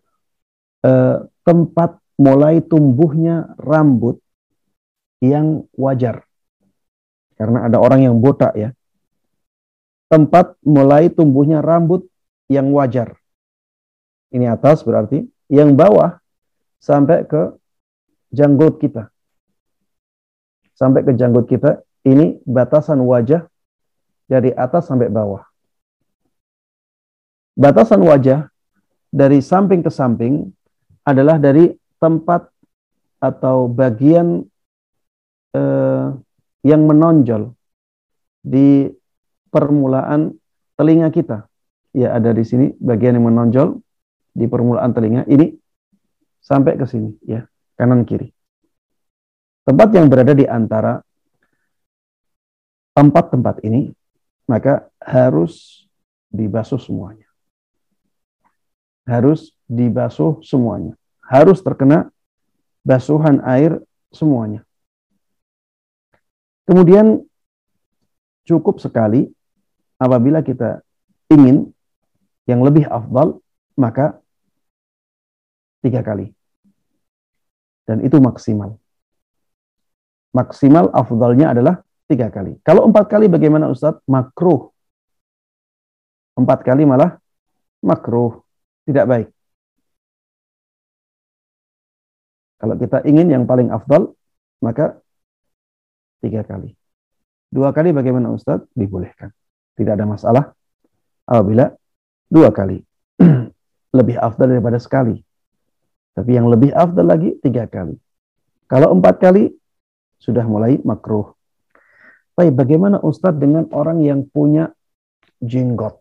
tempat mulai tumbuhnya rambut yang wajar. Karena ada orang yang botak, ya. Tempat mulai tumbuhnya rambut yang wajar. Ini atas berarti, yang bawah sampai ke janggut kita. Sampai ke janggut kita, ini batasan wajah dari atas sampai bawah. Batasan wajah dari samping ke samping adalah dari tempat atau bagian yang menonjol di permulaan telinga kita. Ya, ada di sini bagian yang menonjol di permulaan telinga ini sampai ke sini, ya, kanan kiri. Tempat yang berada di antara 4 tempat ini, maka harus dibasuh semuanya. Harus dibasuh semuanya. Harus terkena basuhan air semuanya. Kemudian cukup sekali apabila kita ingin yang lebih afdal, maka 3 kali. Dan itu maksimal. Maksimal afdalnya adalah 3 kali. Kalau 4 kali bagaimana Ustaz? Makruh. 4 kali malah makruh. Tidak baik. Kalau kita ingin yang paling afdal, maka 3 kali. 2 kali bagaimana Ustaz? Dibolehkan. Tidak ada masalah apabila 2 kali. Lebih afdal daripada sekali. Tapi yang lebih afdal lagi 3 kali. Kalau 4 kali sudah mulai makruh. Tapi bagaimana Ustaz dengan orang yang punya jenggot?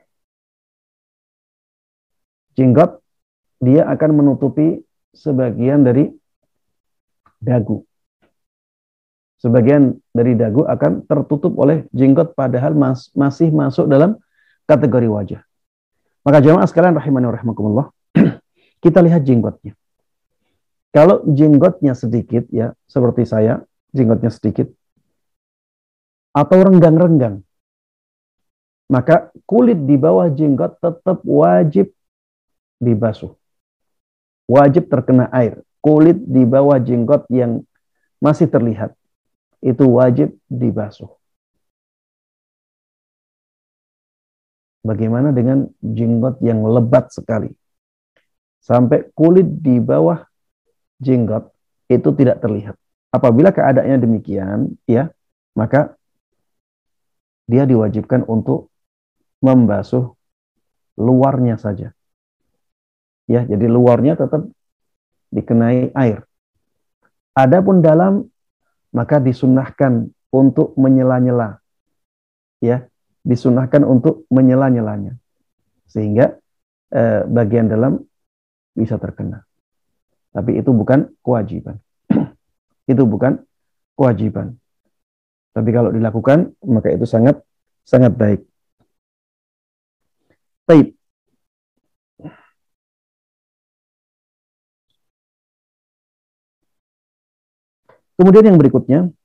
Jenggot dia akan menutupi sebagian dari dagu. Sebagian dari dagu akan tertutup oleh jenggot padahal masih masuk dalam kategori wajah. Maka jemaah sekalian rahimani wa rahimakumullah, kita lihat jenggotnya. Kalau jenggotnya sedikit, ya seperti saya, jenggotnya sedikit, atau renggang-renggang, maka kulit di bawah jenggot tetap wajib dibasuh. Wajib terkena air. Kulit di bawah jenggot yang masih terlihat, itu wajib dibasuh. Bagaimana dengan jenggot yang lebat sekali? Sampai kulit di bawah jenggot itu tidak terlihat. Apabila keadaannya demikian, ya, maka dia diwajibkan untuk membasuh luarnya saja. Ya, jadi luarnya tetap dikenai air. Adapun dalam, maka disunnahkan untuk menyela-nyela. Ya, disunnahkan untuk menyela-nyelanya. Sehingga bagian dalam bisa terkena. Tapi itu bukan kewajiban. Itu bukan kewajiban. Tapi kalau dilakukan, maka itu sangat baik. Baik. Kemudian yang berikutnya,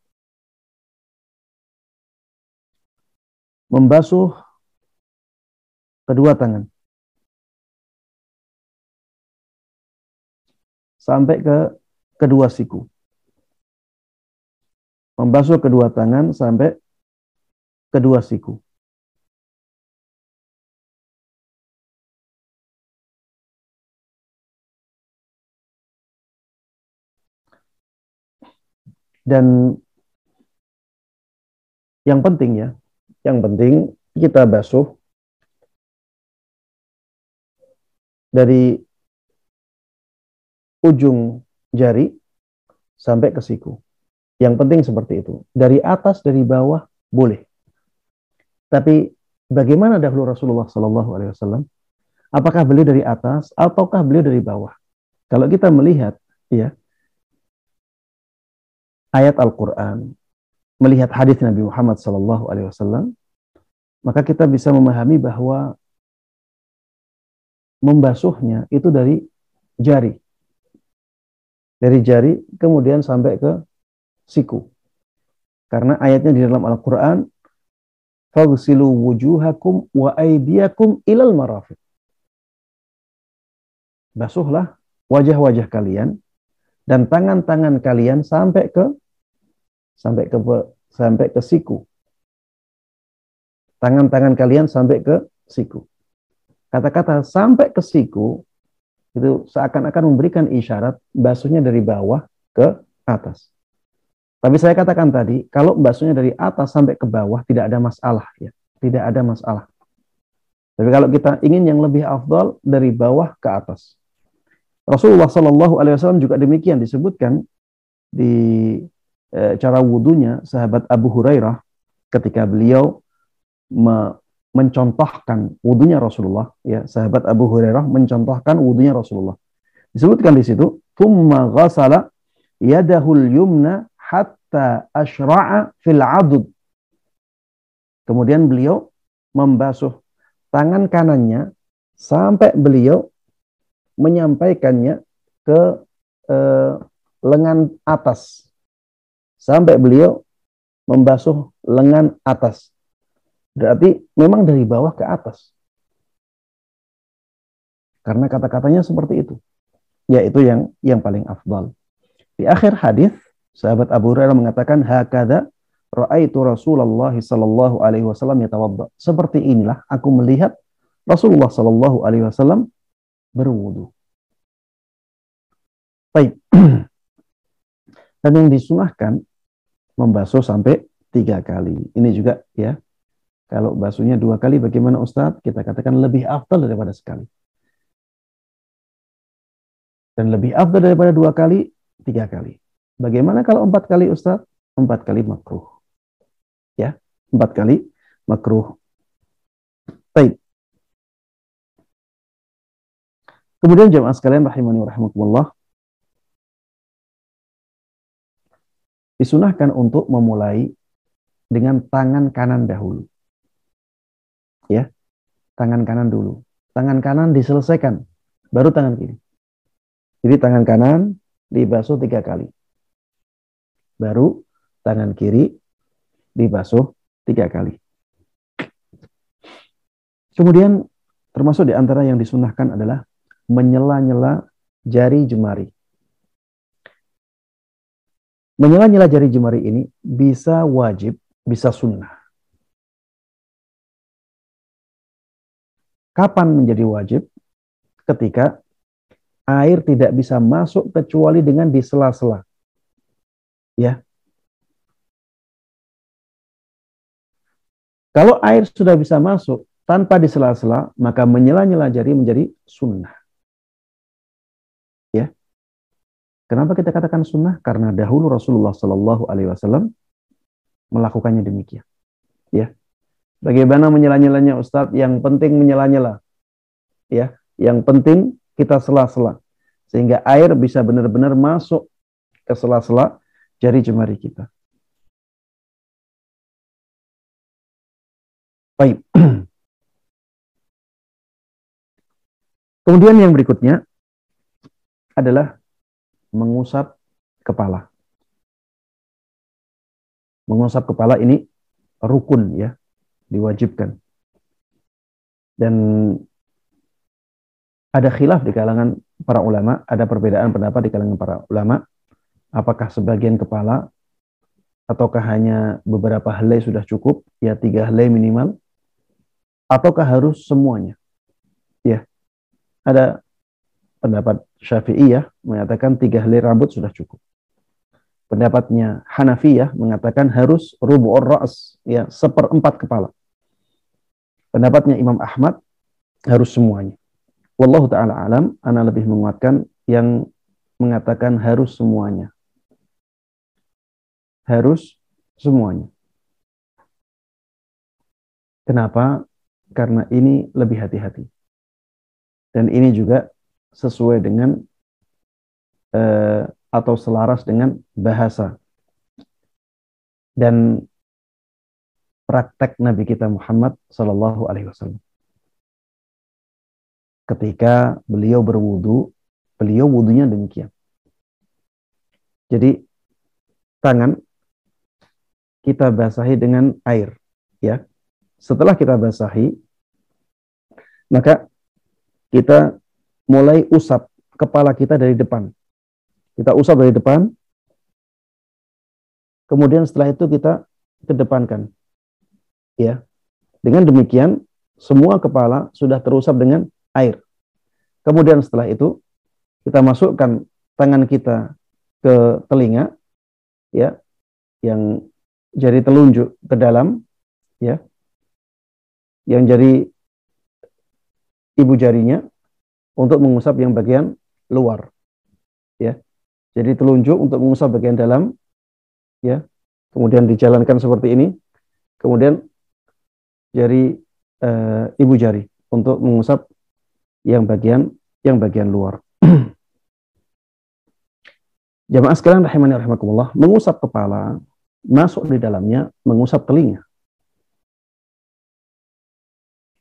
membasuh kedua tangan sampai ke kedua siku. Membasuh kedua tangan sampai kedua siku. Dan yang penting ya, yang penting kita basuh dari ujung jari sampai ke siku. Yang penting seperti itu. Dari atas, dari bawah, boleh. Tapi bagaimana dahulu Rasulullah SAW? Apakah beliau dari atas, ataukah beliau dari bawah? Kalau kita melihat, ya, ayat Al-Quran, melihat hadis Nabi Muhammad SAW, maka kita bisa memahami bahwa membasuhnya itu dari jari. Dari jari kemudian sampai ke siku. Karena ayatnya di dalam Al-Quran, faghsilu wujuhakum wa aydiyakum ilal marafiq. Basuhlah wajah-wajah kalian dan tangan-tangan kalian sampai ke siku. Tangan-tangan kalian sampai ke siku. Kata-kata sampai ke siku itu seakan-akan memberikan isyarat basuhnya dari bawah ke atas. Tapi saya katakan tadi, kalau basuhnya dari atas sampai ke bawah tidak ada masalah, ya. Tidak ada masalah. Tapi kalau kita ingin yang lebih afdal, dari bawah ke atas. Rasulullah SAW juga demikian disebutkan di cara wudunya sahabat Abu Hurairah ketika beliau mencontohkan wudunya Rasulullah, ya, sahabat Abu Hurairah mencontohkan wudunya Rasulullah. Disebutkan di situ, "Tsumma ghasala yadahul yumna hatta ashra'a fil 'adud." Kemudian beliau membasuh tangan kanannya sampai beliau menyampaikannya ke lengan atas. Sampai beliau membasuh lengan atas. Berarti memang dari bawah ke atas. Karena kata-katanya seperti itu. Yaitu yang paling afdal. Di akhir hadis, sahabat Abu Hurairah mengatakan, hakadha ra'aitu Rasulullah sallallahu alaihi wasallam yatawadda. Seperti inilah aku melihat Rasulullah sallallahu alaihi wasallam berwudu. Baik. Dan yang disunahkan membasuh sampai 3 kali. Ini juga ya. Kalau basuhnya 2 kali bagaimana Ustadz? Kita katakan lebih afdal daripada sekali. Dan lebih afdal daripada 2 kali, 3 kali. Bagaimana kalau 4 kali Ustadz? 4 kali makruh. Ya, 4 kali makruh. Baik. Kemudian jemaah sekalian rahimani wa rahimakumullah, disunahkan untuk memulai dengan tangan kanan dahulu. Ya, tangan kanan dulu. Tangan kanan diselesaikan, baru tangan kiri. Jadi tangan kanan dibasuh 3 kali. Baru tangan kiri dibasuh 3 kali. Kemudian termasuk di antara yang disunahkan adalah menyela-nyela jari jemari. Menyela-nyela jari jemari ini bisa wajib, bisa sunnah. Kapan menjadi wajib? Ketika air tidak bisa masuk kecuali dengan di sela-sela. Ya. Kalau air sudah bisa masuk tanpa di sela-sela, maka menyela-nyela jari menjadi sunnah. Ya. Kenapa kita katakan sunnah? Karena dahulu Rasulullah Shallallahu Alaihi Wasallam melakukannya demikian. Ya. Bagaimana menyela-nyelanya Ustadz? Yang penting menyela-nyela. Ya. Yang penting kita sela-sela. Sehingga air bisa benar-benar masuk ke sela-sela jari jemari kita. Baik. Kemudian yang berikutnya adalah mengusap kepala. Mengusap kepala ini rukun ya, diwajibkan. Dan ada khilaf di kalangan para ulama, ada perbedaan pendapat di kalangan para ulama, apakah sebagian kepala ataukah hanya beberapa helai sudah cukup, ya 3 helai minimal, ataukah harus semuanya. Ya. Ada pendapat Syafi'iyah mengatakan 3 helai rambut sudah cukup. Pendapatnya Hanafiyah mengatakan harus rubu'ur ra's, ya 1/4 kepala. Pendapatnya Imam Ahmad harus semuanya. Wallahu ta'ala alam, ana lebih menguatkan yang mengatakan harus semuanya. Harus semuanya. Kenapa? Karena ini lebih hati-hati. Dan ini juga sesuai dengan atau selaras dengan bahasa dan praktek Nabi kita Muhammad Sallallahu Alaihi Wasallam. Ketika beliau berwudu, beliau wudunya demikian. Jadi tangan kita basahi dengan air, ya. Setelah kita basahi, maka kita mulai usap kepala kita dari depan. Kita usap dari depan, kemudian setelah itu kita kedepankan. Ya. Dengan demikian, semua kepala sudah terusap dengan air. Kemudian setelah itu, kita masukkan tangan kita ke telinga, ya, yang jari telunjuk ke dalam, ya, yang jari ibu jarinya untuk mengusap yang bagian luar, ya. Jadi telunjuk untuk mengusap bagian dalam, ya. Kemudian dijalankan seperti ini. Kemudian jari ibu jari untuk mengusap yang bagian luar. Jamaah sekalian rahimani rahimakumullah, mengusap kepala masuk di dalamnya mengusap telinga.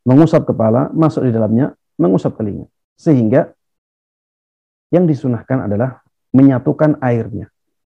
mengusap kepala, masuk di dalamnya, mengusap telinga. Sehingga yang disunahkan adalah menyatukan airnya.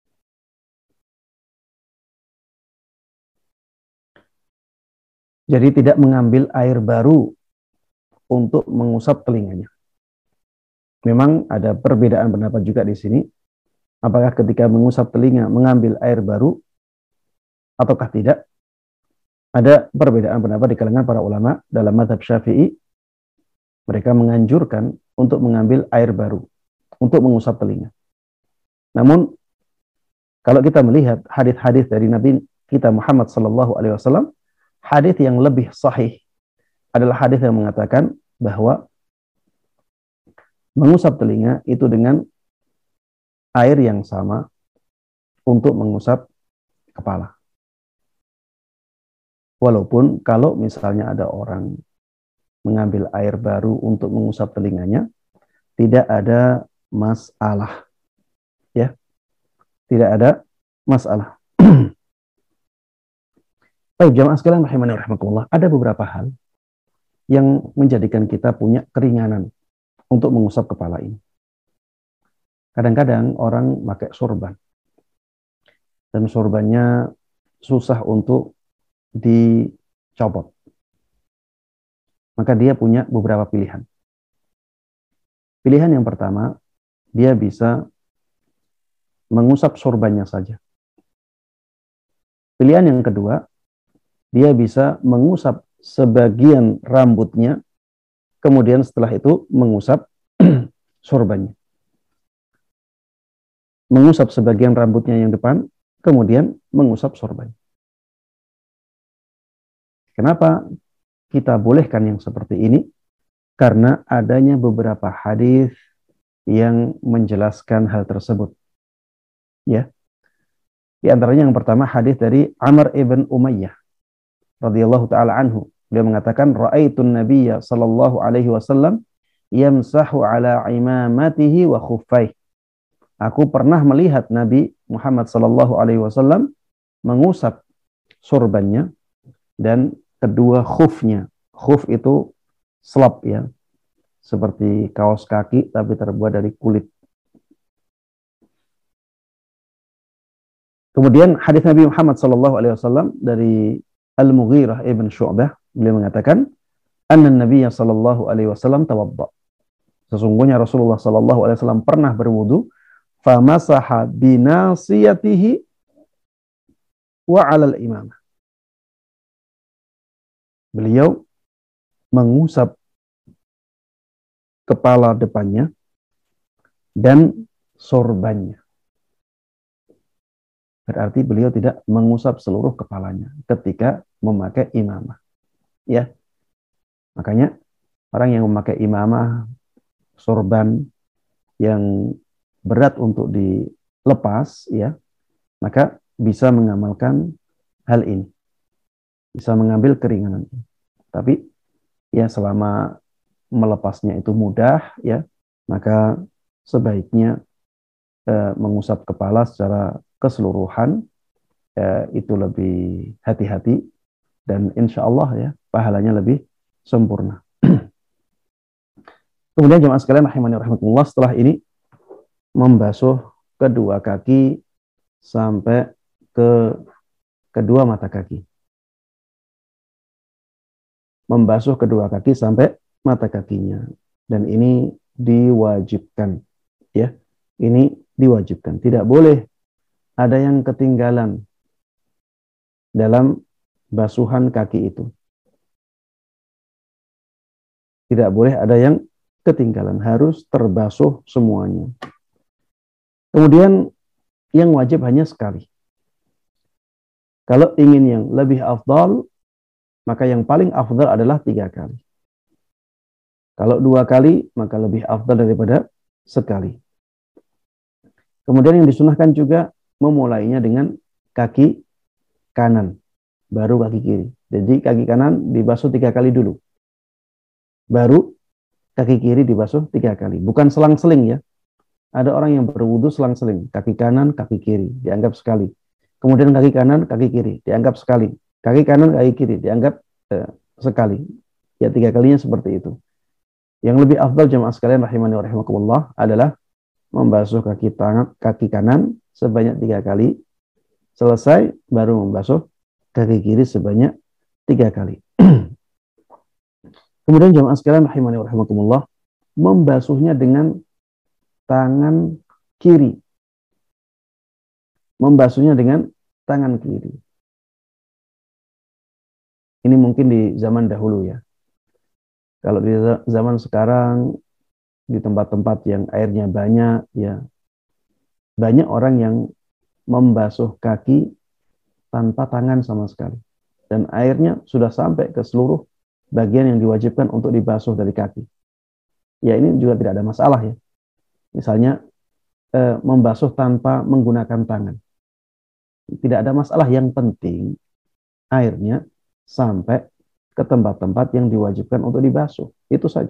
Jadi tidak mengambil air baru untuk mengusap telinganya. Memang ada perbedaan pendapat juga di sini. Apakah ketika mengusap telinga mengambil air baru ataukah tidak? Ada perbedaan pendapat di kalangan para ulama dalam mazhab Syafi'i. Mereka menganjurkan untuk mengambil air baru untuk mengusap telinga. Namun kalau kita melihat hadis-hadis dari Nabi kita Muhammad SAW, hadis yang lebih sahih adalah hadis yang mengatakan bahwa mengusap telinga itu dengan air yang sama untuk mengusap kepala. Walaupun kalau misalnya ada orang mengambil air baru untuk mengusap telinganya, tidak ada masalah. Ya. Tidak ada masalah. Baik, jamaah sekalian rahimani wa rahimakumullah, ada beberapa hal yang menjadikan kita punya keringanan untuk mengusap kepala ini. Kadang-kadang orang pakai sorban. Dan sorbannya susah untuk dicopot. Maka dia punya beberapa pilihan. Pilihan yang pertama, dia bisa mengusap sorbannya saja. Pilihan yang kedua, dia bisa mengusap sebagian rambutnya, kemudian setelah itu mengusap sorbannya. Mengusap sebagian rambutnya yang depan, kemudian mengusap sorbannya. Kenapa kita bolehkan yang seperti ini? Karena adanya beberapa hadis yang menjelaskan hal tersebut. Ya. Di antaranya yang pertama hadis dari Amr ibn Umayyah radhiyallahu taala anhu. Beliau mengatakan ra'aitun nabiyya sallallahu alaihi wasallam yamsahu ala imamatihi wa khuffaihi. Aku pernah melihat Nabi Muhammad sallallahu alaihi wasallam mengusap sorbannya dan kedua khufnya. Khuf itu slop ya. Seperti kaos kaki tapi terbuat dari kulit. Kemudian hadis Nabi Muhammad sallallahu alaihi wasallam dari Al-Mughirah ibn Syu'bah, beliau mengatakan, "Anna Nabiy sallallahu alaihi wasallam tawadda." Sesungguhnya Rasulullah sallallahu alaihi wasallam pernah berwudu, famasaha binasiyatihi wa 'alal imamah. Beliau mengusap kepala depannya dan sorbannya. Berarti beliau tidak mengusap seluruh kepalanya ketika memakai imamah. Ya. Makanya orang yang memakai imamah, sorban yang berat untuk dilepas, ya, maka bisa mengamalkan hal ini. Bisa mengambil keringanan ini. Tapi ya selama melepasnya itu mudah, ya, maka sebaiknya mengusap kepala secara keseluruhan, itu lebih hati-hati dan insya Allah ya pahalanya lebih sempurna. Kemudian jemaah sekalian rahimani rahimakumullah, setelah ini membasuh kedua kaki sampai ke kedua mata kaki. Membasuh kedua kaki sampai mata kakinya, dan ini diwajibkan, ya. Ini diwajibkan. Tidak boleh ada yang ketinggalan dalam basuhan kaki itu. Tidak boleh ada yang ketinggalan, harus terbasuh semuanya. Kemudian yang wajib hanya sekali. Kalau ingin yang lebih afdal, maka yang paling afdal adalah 3 kali. Kalau 2 kali, maka lebih afdal daripada sekali. Kemudian yang disunahkan juga memulainya dengan kaki kanan, baru kaki kiri. Jadi kaki kanan dibasuh 3 kali dulu, baru kaki kiri dibasuh 3 kali. Bukan selang-seling ya. Ada orang yang berwudu selang-seling, kaki kanan, kaki kiri, dianggap sekali. Kemudian kaki kanan, kaki kiri, dianggap sekali. Kaki kanan, kaki kiri, dianggap sekali. Ya 3 kalinya seperti itu. Yang lebih afdal jemaah sekalian rahimani wa rahimakumullah adalah membasuh kaki kanan sebanyak 3 kali. Selesai baru membasuh kaki kiri sebanyak 3 kali. Kemudian jemaah sekalian rahimani wa rahimakumullah, membasuhnya dengan tangan kiri. Membasuhnya dengan tangan kiri. Ini mungkin di zaman dahulu ya. Kalau di zaman sekarang di tempat-tempat yang airnya banyak ya, banyak orang yang membasuh kaki tanpa tangan sama sekali. Dan airnya sudah sampai ke seluruh bagian yang diwajibkan untuk dibasuh dari kaki. Ya ini juga tidak ada masalah ya. Misalnya membasuh tanpa menggunakan tangan. Tidak ada masalah, yang penting airnya sampai ke tempat-tempat yang diwajibkan untuk dibasuh. Itu saja.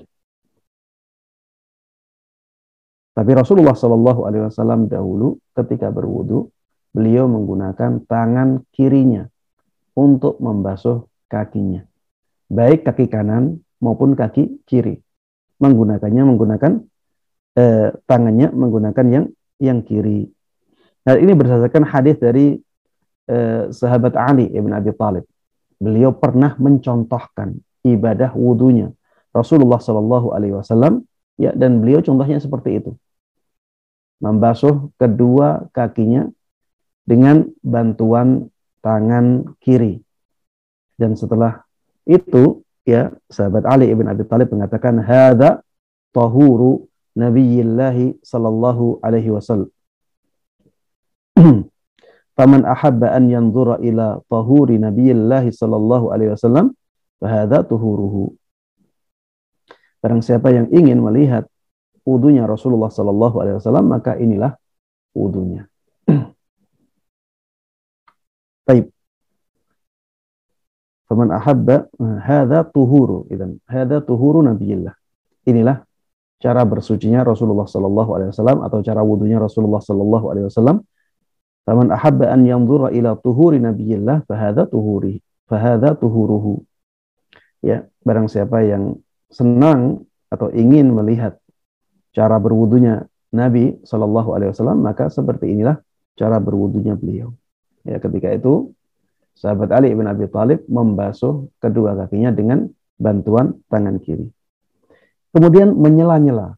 Tapi Rasulullah SAW dahulu ketika berwudu, beliau menggunakan tangan kirinya untuk membasuh kakinya. Baik kaki kanan maupun kaki kiri. Menggunakan tangannya menggunakan yang kiri. Nah, ini berdasarkan hadis dari sahabat Ali ibn Abi Thalib. Beliau pernah mencontohkan ibadah wudunya Rasulullah SAW, ya, dan beliau contohnya seperti itu. Membasuh kedua kakinya dengan bantuan tangan kiri. Dan setelah itu, ya, sahabat Ali ibn Abi Thalib mengatakan, hadza tahuru Nabiyillahi sallallahu alaihi wasallam. Faman ahabba an yanzura ila tahuri Nabiyillahi sallallahu alaihi wasallam, fahadza tuhuruhu. Barang siapa yang ingin melihat wudunya Rasulullah sallallahu alaihi wasallam, maka inilah wudunya. Baik. Faman ahabba, hadza tuhuru, idzan hadza tuhuru Nabiyillah. Inilah cara bersucinya Rasulullah sallallahu alaihi wasallam atau cara wudunya Rasulullah sallallahu alaihi wasallam. Faman ahabba an yanzura ila tuhuri Nabiyillah, fahadza tuhuruhu. Ya, barang siapa yang senang atau ingin melihat cara berwudunya Nabi sallallahu alaihi wasallam, maka seperti inilah cara berwudunya beliau. Ya, ketika itu sahabat Ali bin Abi Thalib membasuh kedua kakinya dengan bantuan tangan kiri. Kemudian menyela-nyela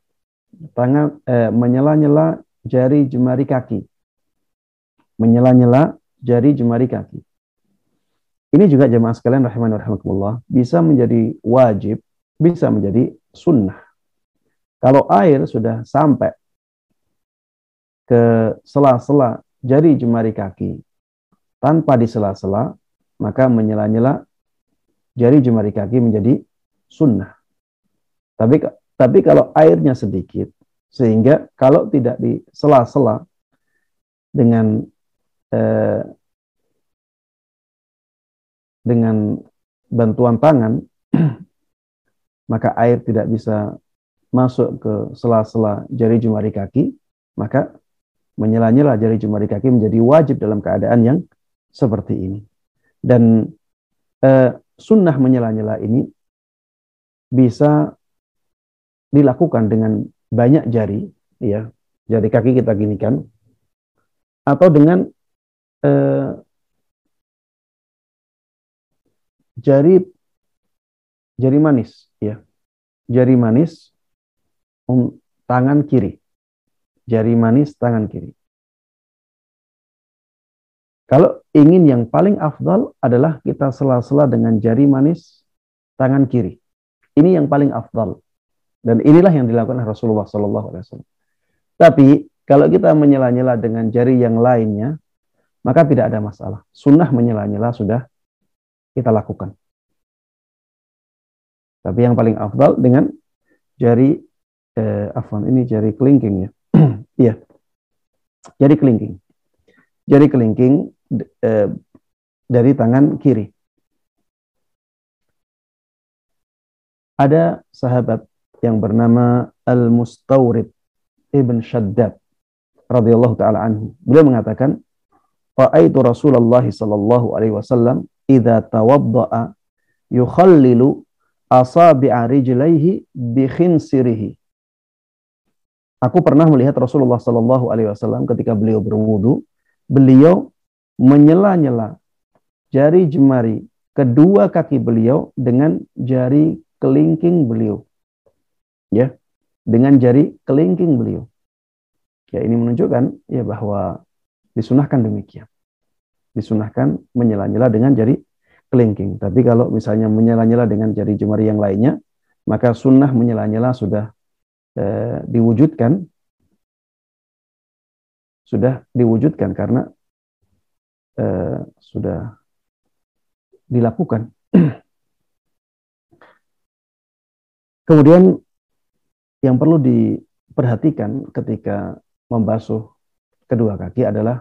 jari jemari kaki. Menyela-nyela jari jemari kaki. Ini juga jemaah sekalian rahimani wa rahimakumullah, bisa menjadi wajib, bisa menjadi sunnah. Kalau air sudah sampai ke sela-sela jari jemari kaki tanpa disela-sela, maka menyela-nyela jari jemari kaki menjadi sunnah. Tapi kalau airnya sedikit, sehingga kalau tidak disela-sela dengan bantuan tangan, maka air tidak bisa masuk ke sela-sela jari jemari kaki, maka menyela-nyela jari jemari kaki menjadi wajib dalam keadaan yang seperti ini. Dan sunnah menyela-nyela ini bisa dilakukan dengan banyak jari, ya, jari kaki kita ginikan, atau dengan jari manis, ya, jari manis tangan kiri, jari manis tangan kiri. Kalau ingin yang paling afdal adalah kita sela-sela dengan jari manis tangan kiri. Ini yang paling afdal. Dan inilah yang dilakukan Rasulullah SAW. Tapi kalau kita menyela-nyela dengan jari yang lainnya, maka tidak ada masalah. Sunnah menyela-nyela sudah kita lakukan. Tapi yang paling afdal dengan jari, ini jari kelingking ya. Iya, jari kelingking. Jari kelingking dari tangan kiri. Ada sahabat yang bernama Al-Mustawrid Ibn Shaddad radhiyallahu ta'ala anhu. Beliau mengatakan, ra'aitu Rasulullah sallallahu alaihi wasallam idza tawadda'a yukhallilu asabi'a rijlaihi bi khinsirihi. Aku pernah melihat Rasulullah sallallahu alaihi wasallam ketika beliau berwudu, beliau menyela-nyela jari jemari kedua kaki beliau dengan jari kelingking beliau. Ya, dengan jari kelingking beliau. Ya, ini menunjukkan ya bahwa disunahkan demikian. Disunahkan menyela-nyela dengan jari kelingking. Tapi kalau misalnya menyela-nyela dengan jari jemari yang lainnya, maka sunnah menyela-nyela sudah diwujudkan karena sudah dilakukan. Kemudian yang perlu diperhatikan ketika membasuh kedua kaki adalah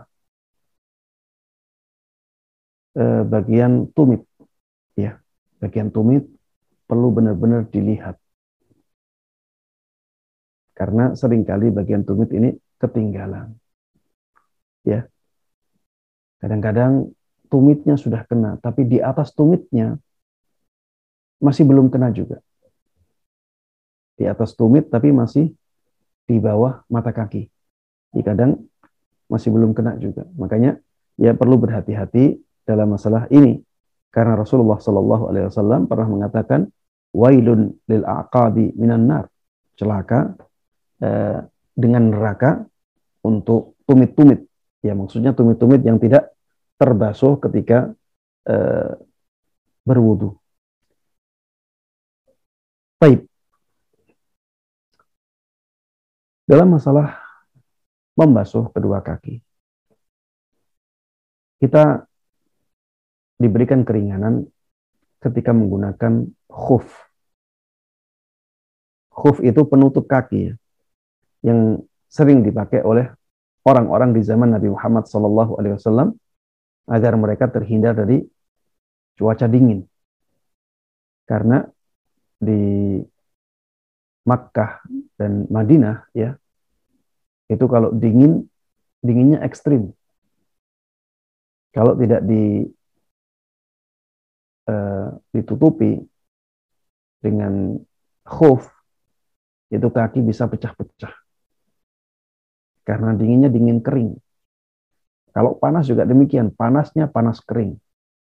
bagian tumit. Ya, bagian tumit perlu benar-benar dilihat. Karena seringkali bagian tumit ini ketinggalan. Ya. Kadang-kadang tumitnya sudah kena, tapi di atas tumitnya masih belum kena juga. Di atas tumit tapi masih di bawah mata kaki. Kadang masih belum kena juga. Makanya ya perlu berhati-hati dalam masalah ini. Karena Rasulullah SAW pernah mengatakan, wailun lil aqabi minan nar. Celaka dengan neraka untuk tumit-tumit. Ya, maksudnya tumit-tumit yang tidak terbasuh ketika berwudu. Baik. Dalam masalah membasuh kedua kaki, kita diberikan keringanan ketika menggunakan khuf. Khuf itu penutup kaki ya, yang sering dipakai oleh orang-orang di zaman Nabi Muhammad SAW agar mereka terhindar dari cuaca dingin. Karena di Makkah dan Madinah ya, itu kalau dinginnya ekstrim. Kalau tidak ditutupi dengan khuf, itu kaki bisa pecah-pecah. Karena dinginnya dingin kering. Kalau panas juga demikian, panasnya panas kering.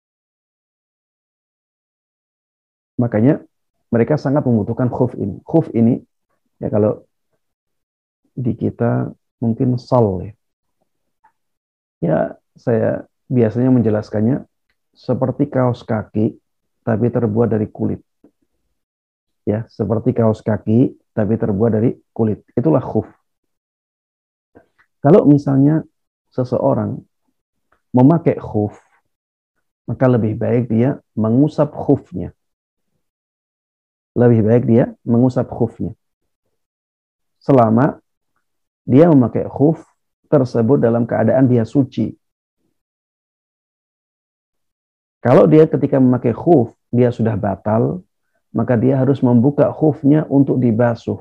Makanya mereka sangat membutuhkan khuf ini. Khuf ini, ya kalau di kita mungkin sol ya. Ya, saya biasanya menjelaskannya seperti kaos kaki, tapi terbuat dari kulit. Ya, seperti kaos kaki, tapi terbuat dari kulit. Itulah khuf. Kalau misalnya seseorang memakai khuf, maka lebih baik dia mengusap khufnya. Lebih baik dia mengusap khufnya. Selama dia memakai khuf tersebut dalam keadaan dia suci. Kalau dia ketika memakai khuf, dia sudah batal, maka dia harus membuka khufnya untuk dibasuh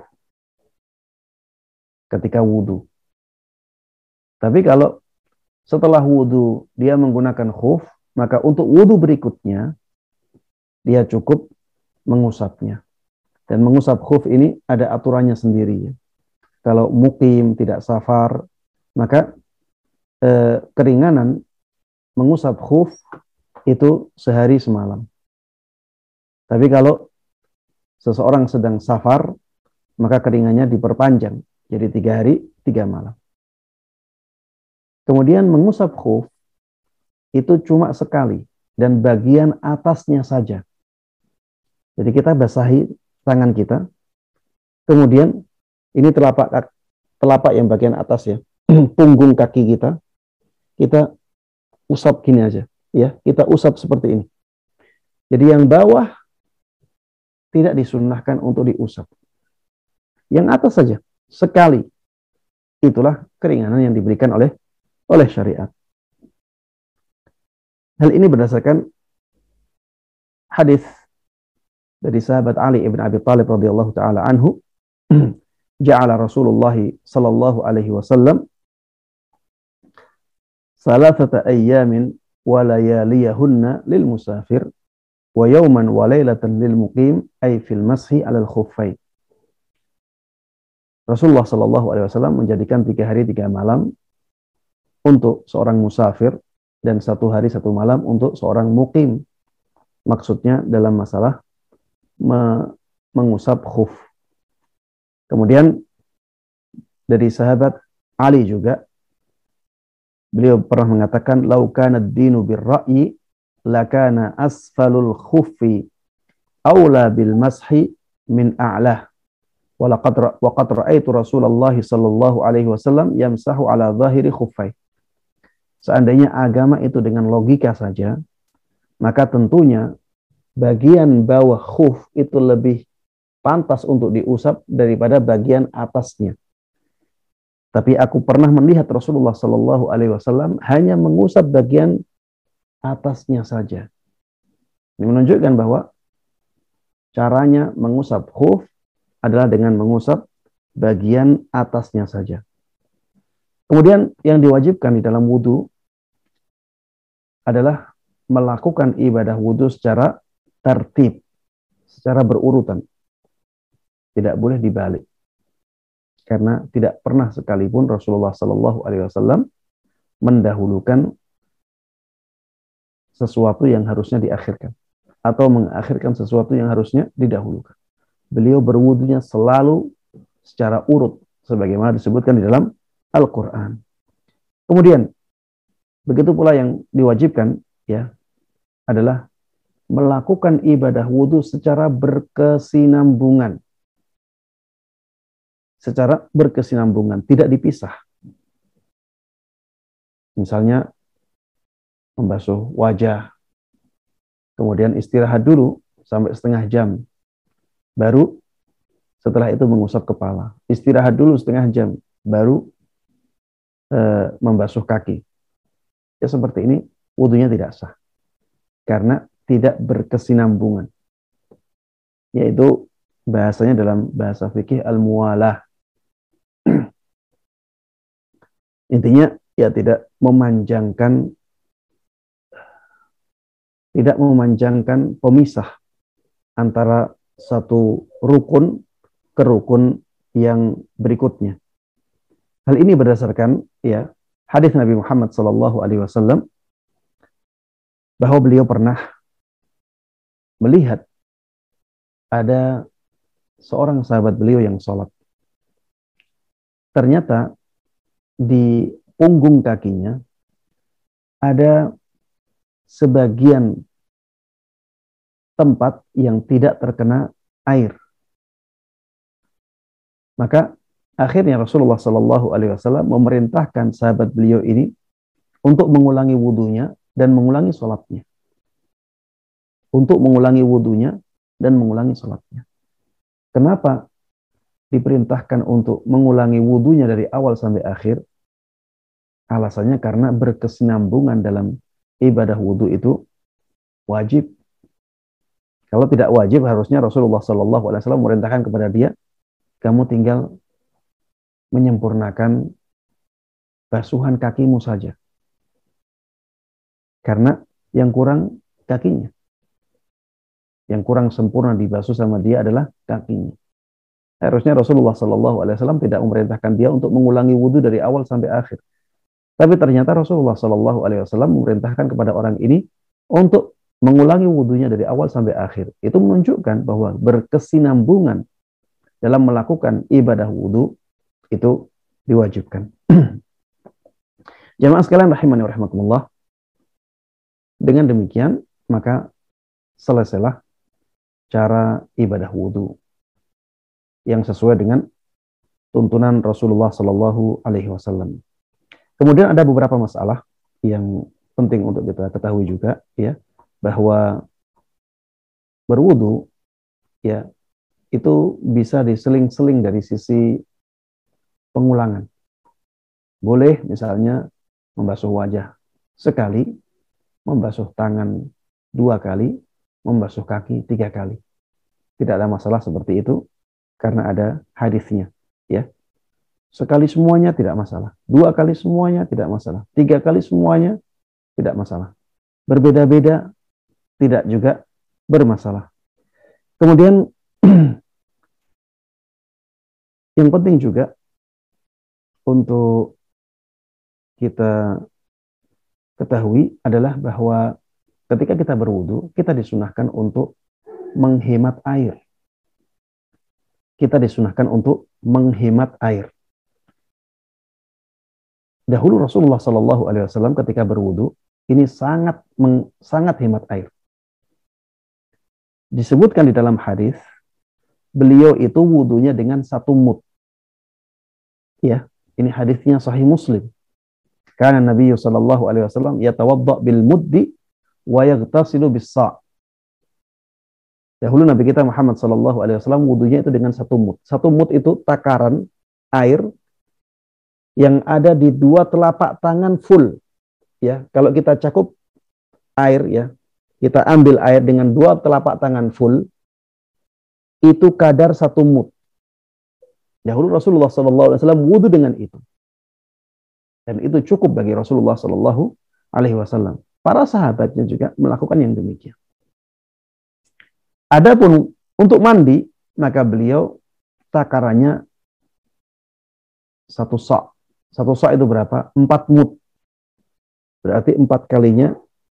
ketika wudu. Tapi kalau setelah wudu dia menggunakan khuf, maka untuk wudu berikutnya dia cukup mengusapnya. Dan mengusap khuf ini ada aturannya sendiri. Kalau mukim tidak safar, maka keringanan mengusap khuf itu sehari semalam. Tapi kalau seseorang sedang safar, maka keringannya diperpanjang jadi 3 hari 3 malam. Kemudian mengusap khuf itu cuma sekali dan bagian atasnya saja. Jadi kita basahi tangan kita, kemudian ini telapak yang bagian atas ya, punggung kaki kita usap gini aja, ya, kita usap seperti ini. Jadi yang bawah tidak disunnahkan untuk diusap, yang atas saja sekali. Itulah keringanan yang diberikan oleh syariat. Hal ini berdasarkan hadis dari sahabat Ali ibn Abi Thalib radhiyallahu taala anhu, ja'ala Rasulullah sallallahu alaihi wasallam salasata ayyamin wa layaliyahunna lil musafir wa yawman wa lailatan lil muqim ay fil mashi 'alal khuffain. Rasulullah sallallahu alaihi wasallam menjadikan 3 hari 3 malam untuk seorang musafir dan 1 hari 1 malam untuk seorang muqim. Maksudnya dalam masalah mengusap khuf. Kemudian dari sahabat Ali juga, beliau pernah mengatakan, "Lau kana ad-dinu bir-ra'yi lakana asfalul khuffi aula bil mashi min a'lah. Wa qad ra'aitu Rasulullah sallallahu alaihi wasallam yamsahu ala zahiri khuffai." Seandainya agama itu dengan logika saja, maka tentunya bagian bawah khuf itu lebih pantas untuk diusap daripada bagian atasnya. Tapi aku pernah melihat Rasulullah sallallahu alaihi wasallam hanya mengusap bagian atasnya saja. Ini menunjukkan bahwa caranya mengusap khuf adalah dengan mengusap bagian atasnya saja. Kemudian yang diwajibkan di dalam wudu adalah melakukan ibadah wudu secara tertib, secara berurutan. Tidak boleh dibalik. Karena tidak pernah sekalipun Rasulullah sallallahu alaihi wasallam mendahulukan sesuatu yang harusnya diakhirkan atau mengakhirkan sesuatu yang harusnya didahulukan. Beliau berwudunya selalu secara urut sebagaimana disebutkan di dalam Al-Qur'an. Kemudian begitu pula yang diwajibkan ya adalah melakukan ibadah wudu secara berkesinambungan. Secara berkesinambungan, tidak dipisah. Misalnya membasuh wajah, kemudian istirahat dulu sampai setengah jam, baru setelah itu mengusap kepala. Istirahat dulu setengah jam, baru membasuh kaki. Ya seperti ini, wudunya tidak sah. Karena tidak berkesinambungan. Yaitu bahasanya dalam bahasa fikih al-muwalah. Intinya ya tidak memanjangkan pemisah antara satu rukun ke rukun yang berikutnya. Hal ini berdasarkan ya hadis Nabi Muhammad sallallahu alaihi wasallam bahwa beliau pernah melihat ada seorang sahabat beliau yang sholat. Ternyata di punggung kakinya ada sebagian tempat yang tidak terkena air. Maka akhirnya Rasulullah Shallallahu Alaihi Wasallam memerintahkan sahabat beliau ini untuk mengulangi wudunya dan mengulangi sholatnya. Untuk mengulangi wudunya dan mengulangi sholatnya. Kenapa diperintahkan untuk mengulangi wudunya dari awal sampai akhir? Alasannya karena berkesinambungan dalam ibadah wudu itu wajib. Kalau tidak wajib, harusnya Rasulullah SAW memerintahkan kepada dia, kamu tinggal menyempurnakan basuhan kakimu saja. Karena yang kurang kakinya. Yang kurang sempurna dibasuh sama dia adalah kakinya. Harusnya Rasulullah SAW tidak memerintahkan dia untuk mengulangi wudu dari awal sampai akhir. Tapi ternyata Rasulullah SAW memerintahkan kepada orang ini untuk mengulangi wudunya dari awal sampai akhir. Itu menunjukkan bahwa berkesinambungan dalam melakukan ibadah wudu itu diwajibkan. Jamaah sekalian rahimani wa rahmatullah. Dengan demikian, maka selesailah cara ibadah wudu yang sesuai dengan tuntunan Rasulullah Sallallahu Alaihi Wasallam. Kemudian ada beberapa masalah yang penting untuk kita ketahui juga, ya, bahwa berwudu, ya, itu bisa diseling-seling dari sisi pengulangan. Boleh misalnya membasuh wajah sekali, membasuh tangan 2 kali, membasuh kaki 3 kali. Tidak ada masalah seperti itu karena ada hadisnya, ya. Sekali semuanya tidak masalah, 2 kali semuanya tidak masalah, 3 kali semuanya tidak masalah. Berbeda-beda tidak juga bermasalah. Kemudian yang penting juga untuk kita ketahui adalah bahwa ketika kita berwudu, kita disunahkan untuk menghemat air. Kita disunahkan untuk menghemat air. Dahulu Rasulullah Shallallahu Alaihi Wasallam ketika berwudu ini sangat hemat air. Disebutkan di dalam hadis, beliau itu wudunya dengan 1 mud. Ya, ini hadisnya Sahih Muslim. Karena Nabi Shallallahu Alaihi Wasallam yatawadda bil muddi wa yaghtasilu bis sa'. Dahulu Nabi kita Muhammad Shallallahu Alaihi Wasallam wudunya itu dengan 1 mud. 1 mud itu takaran air yang ada di 2 telapak tangan full. Ya, kalau kita cakup air, ya, kita ambil air dengan 2 telapak tangan full, itu kadar 1 mud. Dahulu Rasulullah Shallallahu Alaihi Wasallam wudu dengan itu. Dan itu cukup bagi Rasulullah Shallallahu Alaihi Wasallam. Para sahabatnya juga melakukan yang demikian. Adapun untuk mandi, maka beliau takarannya 1 sa'. 1 sa' itu berapa? 4 mud. Berarti 4 kalinya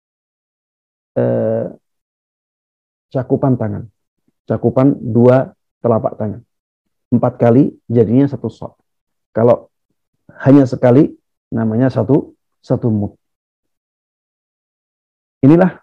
cakupan tangan. Cakupan 2 telapak tangan. 4 kali jadinya 1 sa'. Kalau hanya sekali, namanya 1 mud. Inilah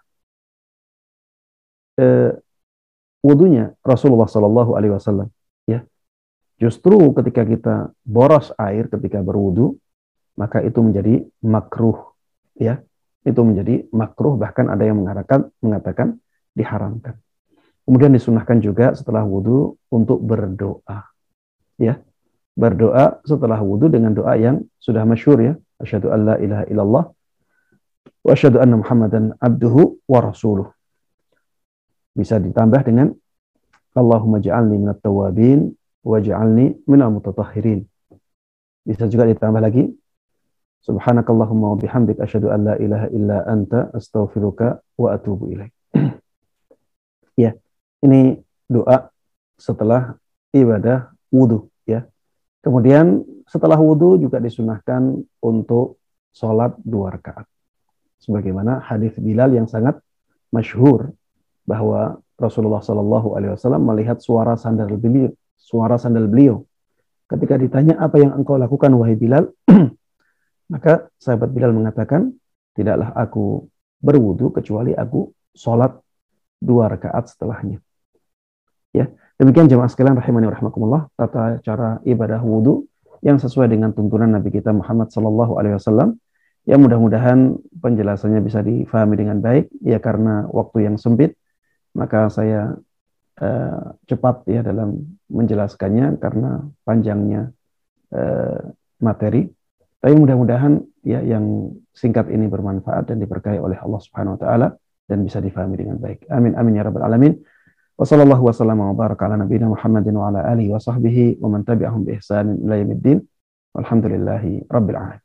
wudunya Rasulullah Sallallahu Alaihi Wasallam. Ya, justru ketika kita boros air ketika berwudu, maka itu menjadi makruh. Ya, itu menjadi makruh. Bahkan ada yang mengatakan diharamkan. Kemudian disunahkan juga setelah wudu untuk berdoa. Ya, berdoa setelah wudu dengan doa yang sudah masyhur, ya. Asyhadu an la ilaha illallah wa asyhadu anna Muhammadan abduhu wa rasuluh. Bisa ditambah dengan Allahumma ja'alni minat tawabin wa ja'alni minal mutatahhirin. Bisa juga ditambah lagi subhanakallahumma wa bihamdik asyhadu an la ilaha illa anta astaghfiruka wa atubu ilaik. Ya, ini doa setelah ibadah wudu, ya. Kemudian setelah wudu juga disunahkan untuk sholat 2 rakaat. Sebagaimana hadis Bilal yang sangat masyhur bahwa Rasulullah Shallallahu Alaihi Wasallam melihat suara sandal beliau. Ketika ditanya, apa yang engkau lakukan wahai Bilal? Maka sahabat Bilal mengatakan, tidaklah aku berwudu kecuali aku sholat 2 rakaat setelahnya. Ya, demikian jemaah sekalian rahimani wa rahimakumullah, tata cara ibadah wudu yang sesuai dengan tuntunan Nabi kita Muhammad Sallallahu Alaihi Wasallam. Ya, mudah-mudahan penjelasannya bisa difahami dengan baik. Ya, karena waktu yang sempit, maka saya cepat ya dalam menjelaskannya karena panjangnya materi. Tapi mudah-mudahan ya yang singkat ini bermanfaat dan diberkahi oleh Allah Subhanahu Wa Taala dan bisa difahami dengan baik. Amin amin ya rabbal alamin. Wa sallallahu wa sallam wa baraka ala nabiyina Muhammadin wa ala alihi wa sahbihi wa man tabi'ahum bi ihsanin ila yaumiddin. Walhamdulillahi rabbil alamin.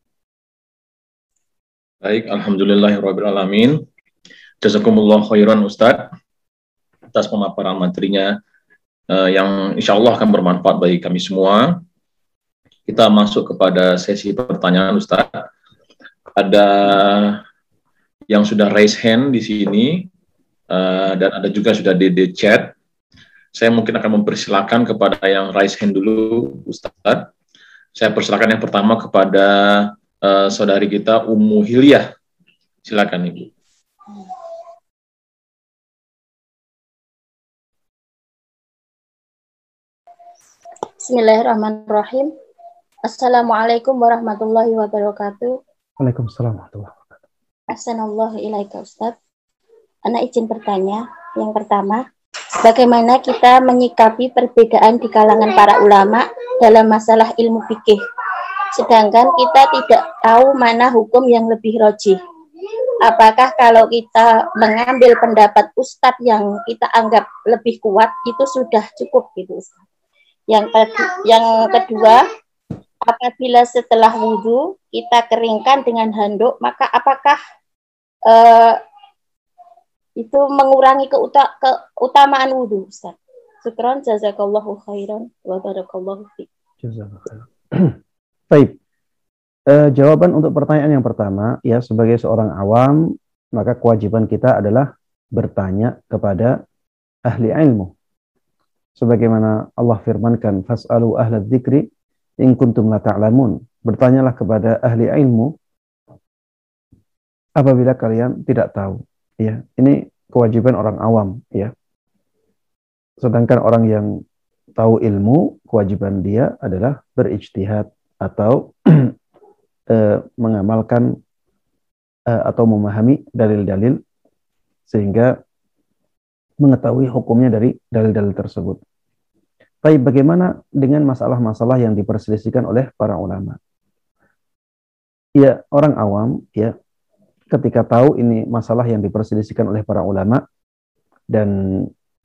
Baik, alhamdulillahi rabbil alamin. Jazakumullah khairan Ustaz atas pemaparan materinya yang insya Allah akan bermanfaat bagi kami semua. Kita masuk kepada sesi pertanyaan Ustaz. Ada yang sudah raise hand di sini dan ada juga sudah di chat. Saya mungkin akan mempersilakan kepada yang raise hand dulu Ustaz. Saya persilakan yang pertama kepada saudari kita Ummu Hilyah. Silakan Ibu. Bismillahirrahmanirrahim. Assalamualaikum warahmatullahi wabarakatuh. Waalaikumsalam warahmatullahi wabarakatuh. Assalamualaikum ilaika Ustaz. Ana izin bertanya. Yang pertama, bagaimana kita menyikapi perbedaan di kalangan para ulama dalam masalah ilmu fikih, sedangkan kita tidak tahu mana hukum yang lebih rajih? Apakah kalau kita mengambil pendapat Ustadz yang kita anggap lebih kuat itu sudah cukup gitu Ustaz? Yang kedua, apabila setelah wudhu kita keringkan dengan handuk, maka apakah itu mengurangi keutamaan wudhu, Ustaz. Syukran, jazakallahu khairan wa barakallahu fiik. Jazakallah. Baik. Jawaban untuk pertanyaan yang pertama, ya, sebagai seorang awam, maka kewajiban kita adalah bertanya kepada ahli ilmu. Sebagaimana Allah firmankan, fas'alu ahla dzikri in kuntum la ta'lamun. Bertanyalah kepada ahli ilmu apabila kalian tidak tahu. Ya, ini kewajiban orang awam, ya. Sedangkan orang yang tahu ilmu, kewajiban dia adalah berijtihad atau mengamalkan atau memahami dalil-dalil sehingga mengetahui hukumnya dari dalil-dalil tersebut. Tapi bagaimana dengan masalah-masalah yang diperselisihkan oleh para ulama? Ya, orang awam, ya, ketika tahu ini masalah yang diperselisihkan oleh para ulama dan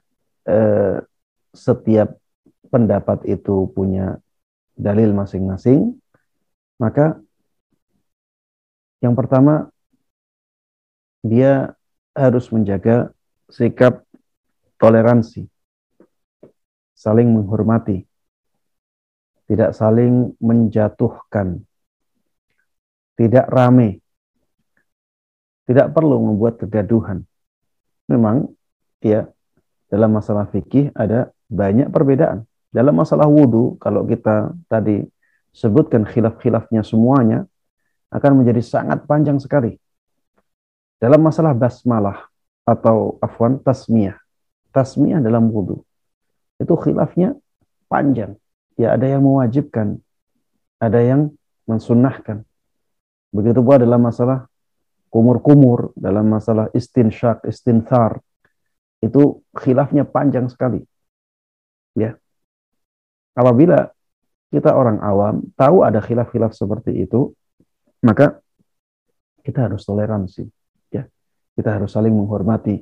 setiap pendapat itu punya dalil masing-masing, maka yang pertama dia harus menjaga sikap toleransi, saling menghormati, tidak saling menjatuhkan, tidak rame, tidak perlu membuat kegaduhan. Memang, ya, dalam masalah fikih ada banyak perbedaan. Dalam masalah wudhu, kalau kita tadi sebutkan khilaf-khilafnya semuanya, akan menjadi sangat panjang sekali. Dalam masalah basmalah atau tasmiyah dalam wudhu, itu khilafnya panjang. Ya, ada yang mewajibkan, ada yang mensunnahkan. Begitu pula dalam masalah kumur-kumur, dalam masalah istinsyaq, istinthar, itu khilafnya panjang sekali. Ya. Apabila kita orang awam tahu ada khilaf-khilaf seperti itu, maka kita harus toleransi, ya. Kita harus saling menghormati.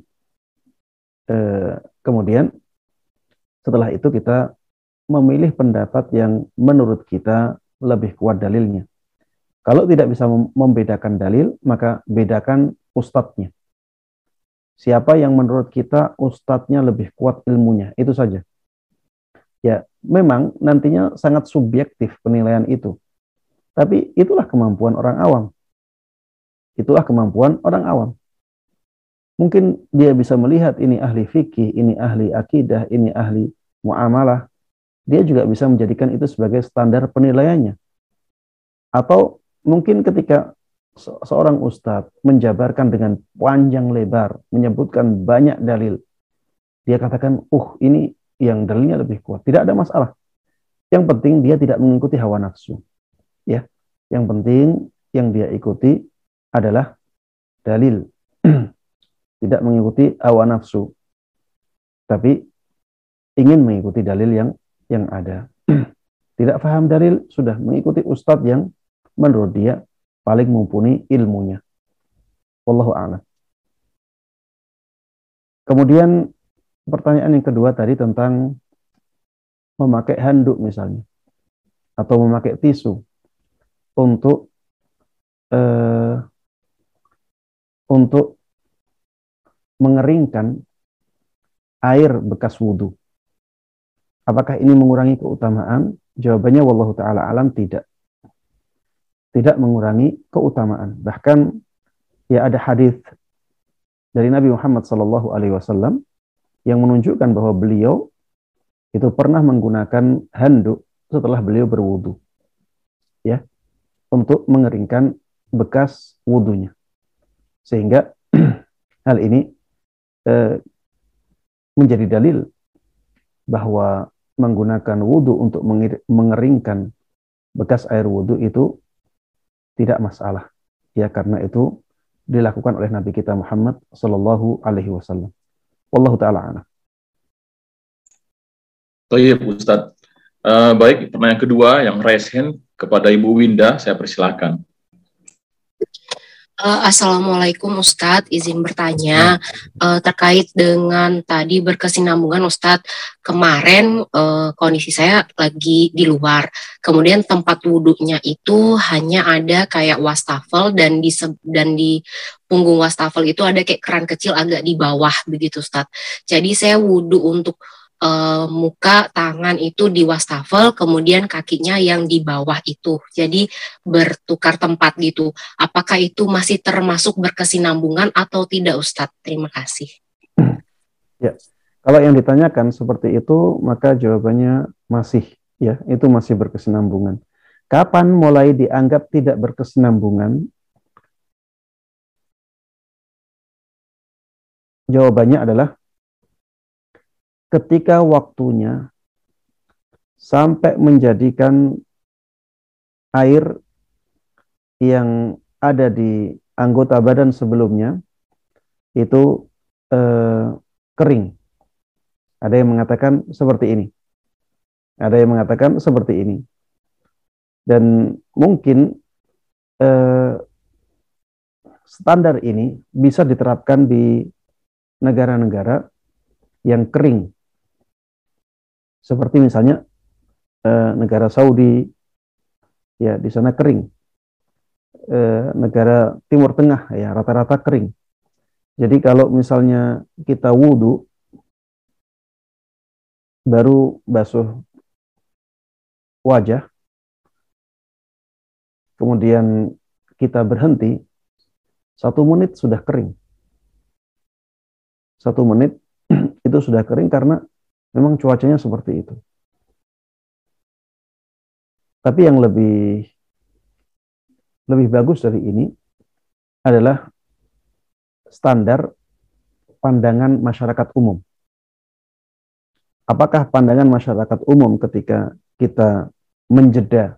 Kemudian setelah itu kita memilih pendapat yang menurut kita lebih kuat dalilnya. Kalau tidak bisa membedakan dalil, maka bedakan ustadznya. Siapa yang menurut kita ustadznya lebih kuat ilmunya, itu saja. Ya, memang nantinya sangat subjektif penilaian itu. Tapi itulah kemampuan orang awam. Itulah kemampuan orang awam. Mungkin dia bisa melihat ini ahli fikih, ini ahli akidah, ini ahli muamalah. Dia juga bisa menjadikan itu sebagai standar penilaiannya. Atau mungkin ketika seorang ustadz menjabarkan dengan panjang lebar, menyebutkan banyak dalil, dia katakan, ini yang dalilnya lebih kuat. Tidak ada masalah. Yang penting dia tidak mengikuti hawa nafsu. Ya, yang penting yang dia ikuti adalah dalil. Tidak mengikuti hawa nafsu, tapi ingin mengikuti dalil yang ada. Tidak paham dalil, sudah mengikuti ustadz yang menurut dia paling mumpuni ilmunya. Wallahu a'lam. Kemudian pertanyaan yang kedua tadi tentang memakai handuk misalnya, atau memakai tisu untuk mengeringkan air bekas wudhu. Apakah ini mengurangi keutamaan? Jawabannya wallahu ta'ala alam, tidak. Tidak mengurangi keutamaan. Bahkan ya ada hadis dari Nabi Muhammad SAW yang menunjukkan bahwa beliau itu pernah menggunakan handuk setelah beliau berwudu, ya, untuk mengeringkan bekas wudunya. Sehingga hal ini menjadi dalil bahwa menggunakan wudu untuk mengeringkan bekas air wudu itu tidak masalah, ya, karena itu dilakukan oleh Nabi kita Muhammad Sallallahu Alaihi Wasallam. Wallahu taala a'lam. Baik, Ustadz. Baik, pertanyaan kedua yang raise hand kepada Ibu Winda, saya persilakan. Assalamualaikum Ustadz, izin bertanya terkait dengan tadi berkesinambungan Ustadz. Kemarin kondisi saya lagi di luar, kemudian tempat wudhunya itu hanya ada kayak wastafel dan di punggung wastafel itu ada kayak keran kecil agak di bawah begitu Ustadz. Jadi saya wudhu untuk muka, tangan itu di wastafel, kemudian kakinya yang di bawah itu. Jadi bertukar tempat gitu. Apakah itu masih termasuk berkesinambungan atau tidak, Ustadz? Terima kasih. Ya, kalau yang ditanyakan seperti itu, maka jawabannya masih, ya, itu masih berkesinambungan. Kapan mulai dianggap tidak berkesinambungan? Jawabannya adalah ketika waktunya sampai menjadikan air yang ada di anggota badan sebelumnya itu kering. Ada yang mengatakan seperti ini. Ada yang mengatakan seperti ini. Dan mungkin standar ini bisa diterapkan di negara-negara yang kering. Seperti misalnya negara Saudi, ya di sana kering. Negara Timur Tengah, ya rata-rata kering. Jadi kalau misalnya kita wudhu, baru basuh wajah, kemudian kita berhenti, 1 menit sudah kering. 1 menit itu sudah kering karena memang cuacanya seperti itu. Tapi yang lebih bagus dari ini adalah standar pandangan masyarakat umum. Apakah pandangan masyarakat umum ketika kita menjeda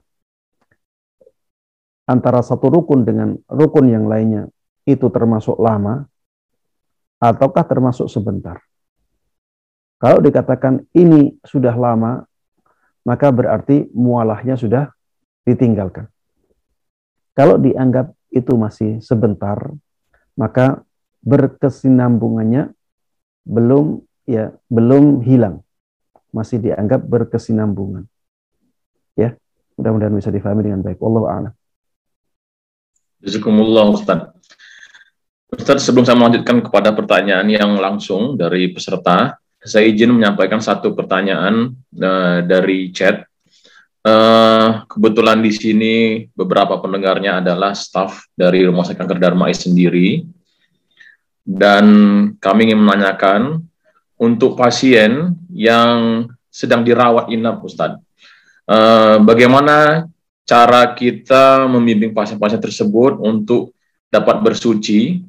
antara satu rukun dengan rukun yang lainnya itu termasuk lama ataukah termasuk sebentar? Kalau dikatakan ini sudah lama, maka berarti mualahnya sudah ditinggalkan. Kalau dianggap itu masih sebentar, maka berkesinambungannya belum hilang, masih dianggap berkesinambungan. Ya, mudah-mudahan bisa difahami dengan baik. Wallahu a'lam. Jazakumullah Ustaz. Ustaz, sebelum saya melanjutkan kepada pertanyaan yang langsung dari peserta, saya izin menyampaikan satu pertanyaan dari chat. Kebetulan di sini beberapa pendengarnya adalah staf dari Rumah Sakit Kanker Darmais sendiri, dan kami ingin menanyakan untuk pasien yang sedang dirawat inap, Ustadz, bagaimana cara kita membimbing pasien-pasien tersebut untuk dapat bersuci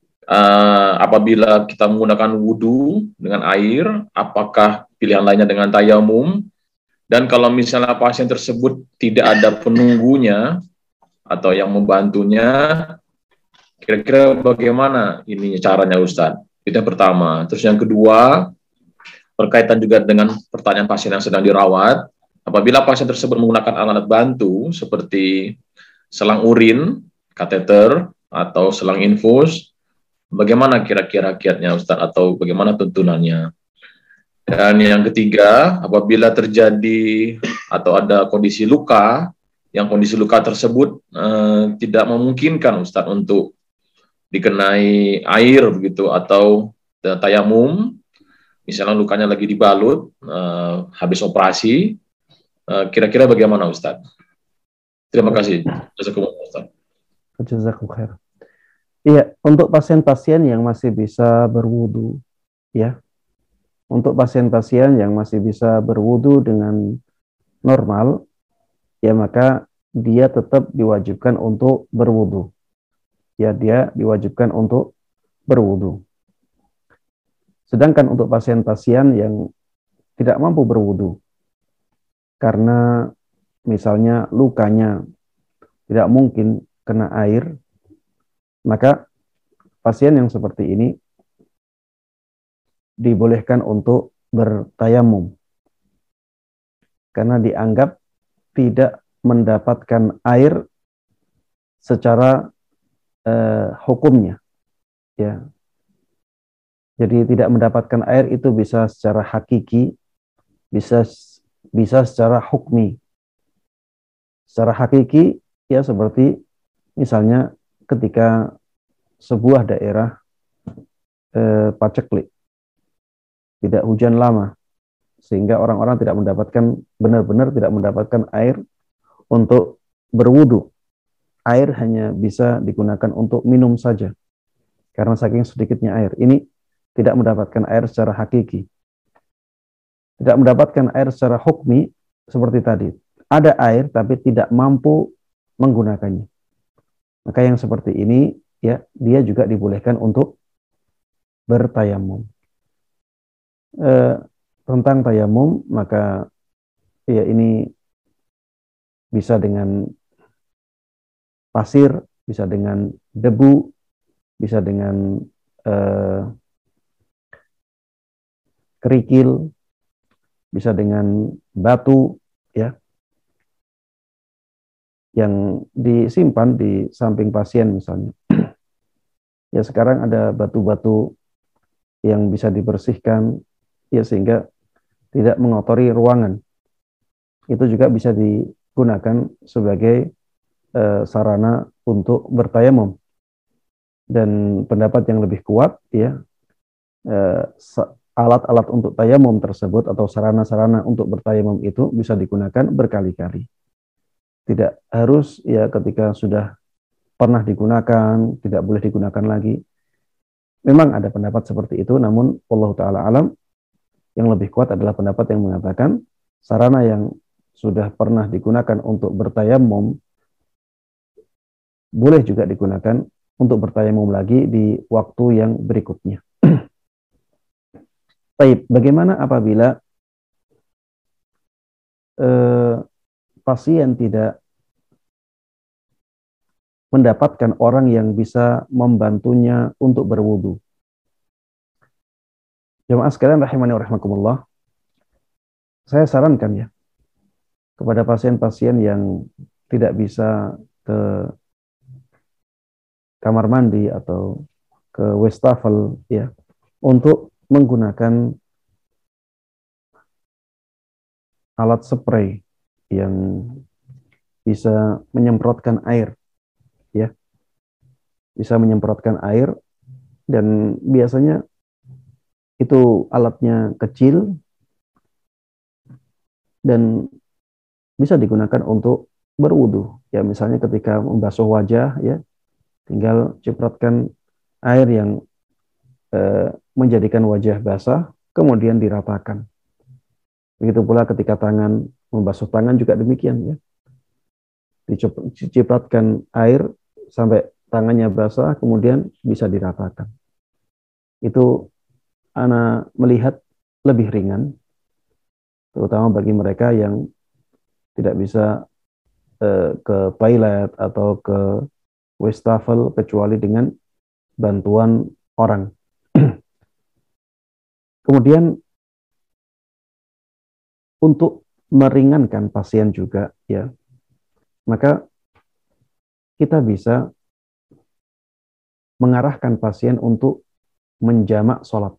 apabila kita menggunakan wudhu dengan air, apakah pilihan lainnya dengan tayamum? Dan kalau misalnya pasien tersebut tidak ada penunggunya atau yang membantunya, kira-kira bagaimana ini caranya, Ustadz? Itu yang pertama. Terus yang kedua, berkaitan juga dengan pertanyaan pasien yang sedang dirawat, apabila pasien tersebut menggunakan alat bantu seperti selang urin, kateter, atau selang infus, bagaimana kira-kira kiatnya, Ustadz, atau bagaimana tuntunannya? Dan yang ketiga, apabila terjadi atau ada kondisi luka, yang kondisi luka tersebut tidak memungkinkan, Ustadz, untuk dikenai air begitu atau tayamum, misalnya lukanya lagi dibalut, habis operasi, kira-kira bagaimana, Ustadz? Terima kasih. Jazakumullah, Ustadz. Jazakumullah khair. Iya, untuk pasien-pasien yang masih bisa berwudu, ya. Untuk pasien-pasien yang masih bisa berwudu dengan normal, ya maka dia tetap diwajibkan untuk berwudu. Ya, dia diwajibkan untuk berwudu. Sedangkan untuk pasien-pasien yang tidak mampu berwudu, karena misalnya lukanya tidak mungkin kena air, maka pasien yang seperti ini dibolehkan untuk bertayamum karena dianggap tidak mendapatkan air secara hukumnya, ya. Jadi tidak mendapatkan air itu bisa secara hakiki, bisa secara hukmi. Secara hakiki ya seperti misalnya ketika sebuah daerah paceklik, tidak hujan lama, sehingga orang-orang tidak mendapatkan, benar-benar tidak mendapatkan air untuk berwudu. Air hanya bisa digunakan untuk minum saja, karena saking sedikitnya air. Ini tidak mendapatkan air secara hakiki. Tidak mendapatkan air secara hukmi, seperti tadi. Ada air, tapi tidak mampu menggunakannya. Maka yang seperti ini, ya, dia juga dibolehkan untuk bertayamum. Tentang tayamum, maka ya ini bisa dengan pasir, bisa dengan debu, bisa dengan kerikil, bisa dengan batu, ya, yang disimpan di samping pasien misalnya. Ya sekarang ada batu-batu yang bisa dibersihkan, ya sehingga tidak mengotori ruangan. Itu juga bisa digunakan sebagai sarana untuk bertayamum. Dan pendapat yang lebih kuat, ya, alat-alat untuk tayamum tersebut atau sarana-sarana untuk bertayamum itu bisa digunakan berkali-kali. Tidak harus ya ketika sudah pernah digunakan, tidak boleh digunakan lagi. Memang ada pendapat seperti itu, namun wallahu ta'ala alam, yang lebih kuat adalah pendapat yang mengatakan sarana yang sudah pernah digunakan untuk bertayamum boleh juga digunakan untuk bertayamum lagi di waktu yang berikutnya. Baik, bagaimana apabila pasien tidak mendapatkan orang yang bisa membantunya untuk berwudu? Jemaah sekalian rahimani wa rahimakumullah, saya sarankan ya kepada pasien-pasien yang tidak bisa ke kamar mandi atau ke wastafel, ya, untuk menggunakan alat spray yang bisa menyemprotkan air, ya, bisa menyemprotkan air, dan biasanya itu alatnya kecil dan bisa digunakan untuk berwudu, ya, misalnya ketika membasuh wajah, ya, tinggal ciprotkan air yang menjadikan wajah basah, kemudian diratakan. Begitu pula ketika tangan, membasuh tangan juga demikian, ya. Diciprotkan air sampai tangannya basah, kemudian bisa diratakan. Itu ana melihat lebih ringan, terutama bagi mereka yang tidak bisa ke toilet atau ke wastafel kecuali dengan bantuan orang. Kemudian untuk meringankan pasien juga, ya, maka kita bisa mengarahkan pasien untuk menjamak sholat,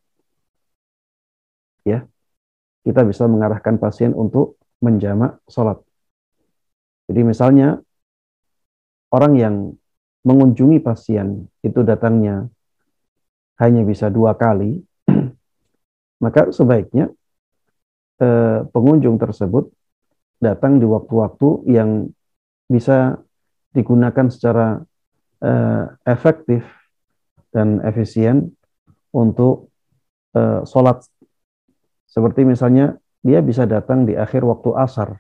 ya. Kita bisa mengarahkan pasien untuk menjamak sholat. Jadi misalnya orang yang mengunjungi pasien itu datangnya hanya bisa 2 kali, maka sebaiknya pengunjung tersebut datang di waktu-waktu yang bisa digunakan secara efektif dan efisien untuk sholat. Seperti misalnya dia bisa datang di akhir waktu asar,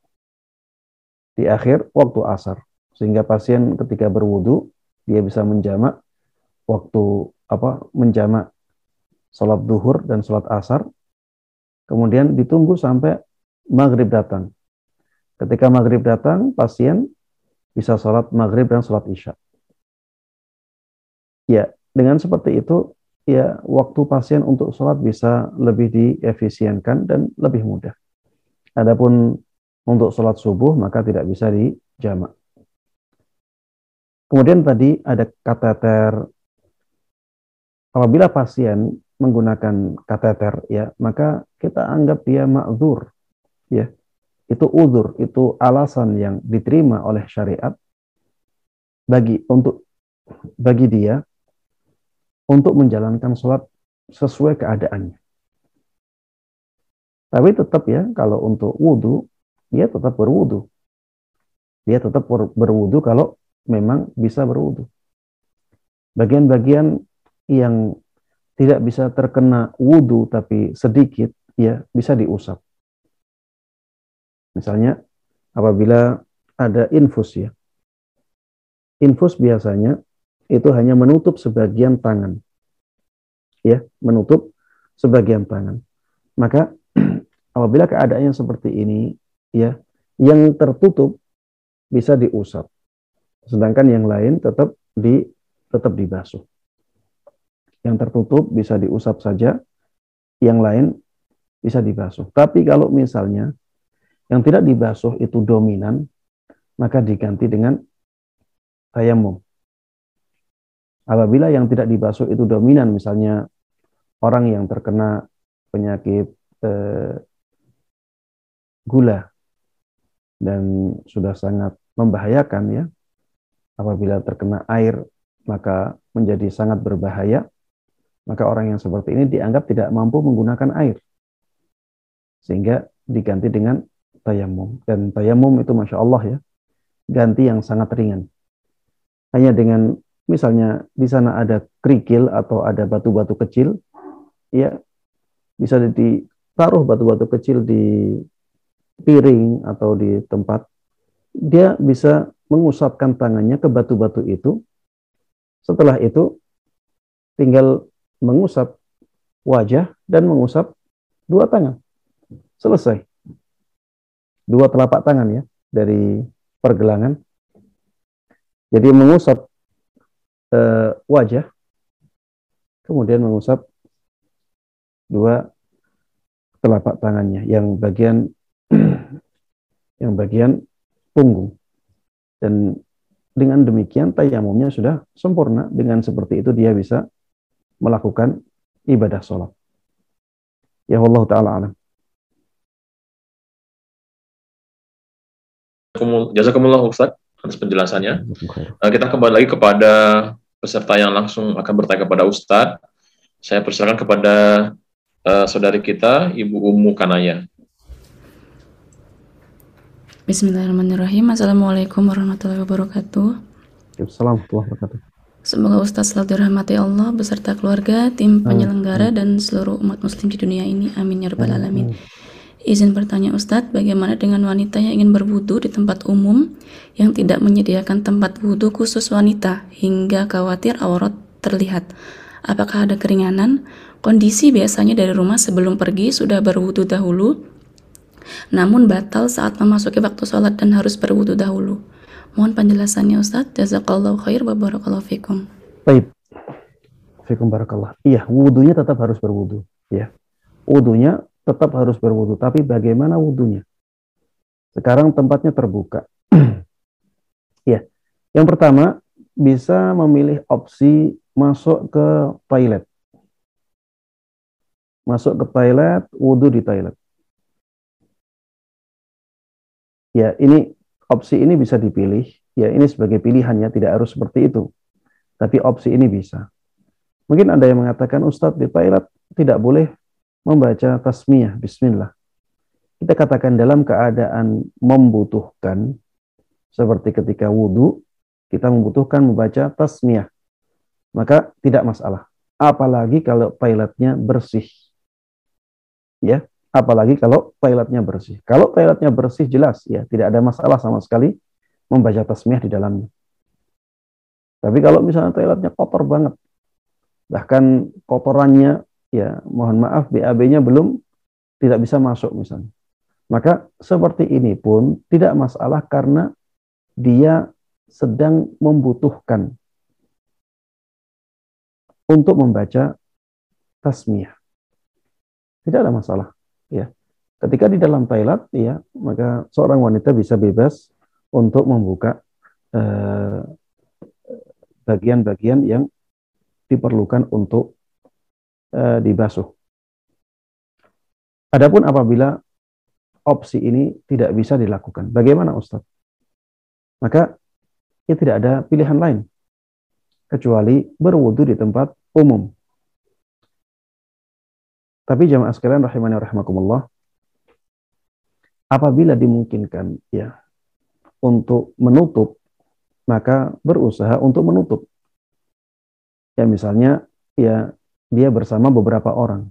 sehingga pasien ketika berwudu dia bisa menjamak waktu menjamak sholat duhur dan sholat asar, kemudian ditunggu sampai maghrib datang. Ketika maghrib datang, pasien bisa sholat maghrib dan sholat isya. Ya, dengan seperti itu, ya, waktu pasien untuk sholat bisa lebih diefisienkan dan lebih mudah. Adapun untuk sholat subuh, maka tidak bisa dijamak. Kemudian tadi ada kateter. Apabila pasien menggunakan kateter, ya, maka kita anggap dia ma'dzur, ya. Itu uzur, itu alasan yang diterima oleh syariat bagi dia untuk menjalankan sholat sesuai keadaannya. Tapi tetap ya, kalau untuk wudhu, dia tetap berwudhu. Dia tetap berwudhu kalau memang bisa berwudhu. Bagian-bagian yang tidak bisa terkena wudhu tapi sedikit, ya bisa diusap. Misalnya apabila ada infus, ya. Infus biasanya itu hanya menutup sebagian tangan. Ya, menutup sebagian tangan. Maka apabila keadaannya seperti ini, ya, yang tertutup bisa diusap. Sedangkan yang lain tetap dibasuh. Yang tertutup bisa diusap saja, yang lain bisa dibasuh. Tapi kalau misalnya yang tidak dibasuh itu dominan, maka diganti dengan tayamum. Apabila yang tidak dibasuh itu dominan, misalnya orang yang terkena penyakit gula dan sudah sangat membahayakan, ya, apabila terkena air maka menjadi sangat berbahaya, maka orang yang seperti ini dianggap tidak mampu menggunakan air, sehingga diganti dengan tayamum. Dan tayamum itu Masya Allah, ya, ganti yang sangat ringan. Hanya dengan misalnya di sana ada kerikil atau ada batu-batu kecil, ya, bisa ditaruh batu-batu kecil di piring atau di tempat, dia bisa mengusapkan tangannya ke batu-batu itu. Setelah itu tinggal mengusap wajah dan mengusap dua tangan. Selesai. Dua telapak tangan, ya, dari pergelangan. Jadi mengusap wajah, kemudian mengusap dua telapak tangannya yang bagian punggung. Dan dengan demikian tayamumnya sudah sempurna. Dengan seperti itu dia bisa melakukan ibadah sholat. Ya Allah Ta'ala alam. Jazakumullah Ustaz atas penjelasannya. Kita kembali lagi kepada peserta yang langsung akan bertanya kepada Ustaz. Saya persilakan kepada saudari kita, Ibu Ummu Kanaya. Bismillahirrahmanirrahim. Assalamualaikum warahmatullahi wabarakatuh. Assalamualaikum warahmatullahi wabarakatuh. Semoga Ustaz selalu dirahmati Allah beserta keluarga, tim penyelenggara, dan seluruh umat muslim di dunia ini. Amin ya rabbal alamin. Izin bertanya Ustadz, bagaimana dengan wanita yang ingin berwudu di tempat umum yang tidak menyediakan tempat wudu khusus wanita hingga khawatir aurat terlihat? Apakah ada keringanan? Kondisi biasanya dari rumah sebelum pergi sudah berwudu dahulu, namun batal saat memasuki waktu sholat dan harus berwudu dahulu. Mohon penjelasannya Ustadz. Jazakallahu khair wa barakallahu fikum. Baik. Fikum barakallah. Iya, wudunya tetap harus berwudu, ya. Wudunya tetap harus berwudu, tapi bagaimana wudunya? Sekarang tempatnya terbuka. Ya. Yang pertama, bisa memilih opsi masuk ke toilet. Masuk ke toilet, wudu di toilet. Ya, ini opsi ini bisa dipilih. Ya, ini sebagai pilihannya, tidak harus seperti itu. Tapi opsi ini bisa. Mungkin ada yang mengatakan, Ustadz, di toilet tidak boleh membaca tasmiyah, bismillah. Kita katakan dalam keadaan membutuhkan, seperti ketika wudu, kita membutuhkan membaca tasmiyah, maka tidak masalah. Apalagi kalau toiletnya bersih. Ya, apalagi kalau toiletnya bersih. Kalau toiletnya bersih, jelas, ya, tidak ada masalah sama sekali membaca tasmiyah di dalamnya. Tapi kalau misalnya toiletnya kotor banget, bahkan kotorannya, ya, mohon maaf, BAB-nya belum, tidak bisa masuk misalnya, maka seperti ini pun tidak masalah karena dia sedang membutuhkan untuk membaca tasmiyah. Tidak ada masalah, ya. Ketika di dalam toilet, ya, maka seorang wanita bisa bebas untuk membuka bagian-bagian yang diperlukan untuk dibasuh. Adapun apabila opsi ini tidak bisa dilakukan, bagaimana Ustaz? Maka ya tidak ada pilihan lain kecuali berwudu di tempat umum. Tapi jamaah sekalian rahimani wa rahimakumullah, apabila dimungkinkan ya untuk menutup, maka berusaha untuk menutup. Ya misalnya ya dia bersama beberapa orang.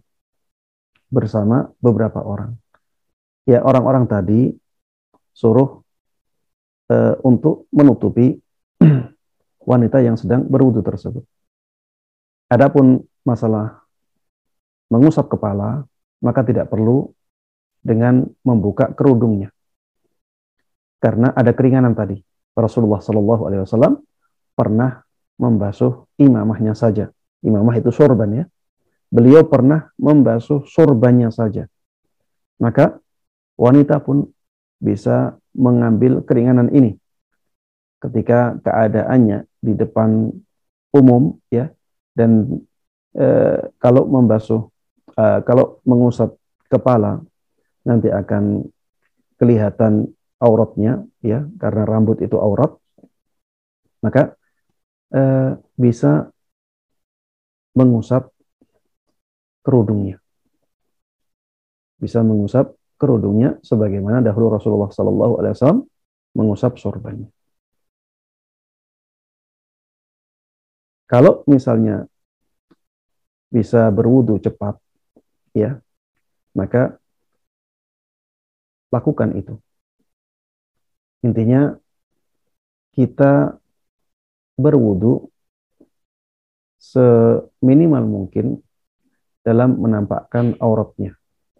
Ya orang-orang tadi suruh untuk menutupi wanita yang sedang berwudu tersebut. Adapun masalah mengusap kepala, maka tidak perlu dengan membuka kerudungnya. Karena ada keringanan tadi. Rasulullah SAW pernah membasuh imamahnya saja. Imamah itu sorban ya. Beliau pernah membasuh sorbannya saja. Maka wanita pun bisa mengambil keringanan ini ketika keadaannya di depan umum ya, dan kalau mengusap kepala nanti akan kelihatan auratnya ya, karena rambut itu aurat, maka bisa mengusap kerudungnya. Bisa mengusap kerudungnya sebagaimana dahulu Rasulullah SAW mengusap sorbannya. Kalau misalnya bisa berwudu cepat, ya, maka lakukan itu. Intinya kita berwudu seminimal mungkin dalam menampakkan auratnya.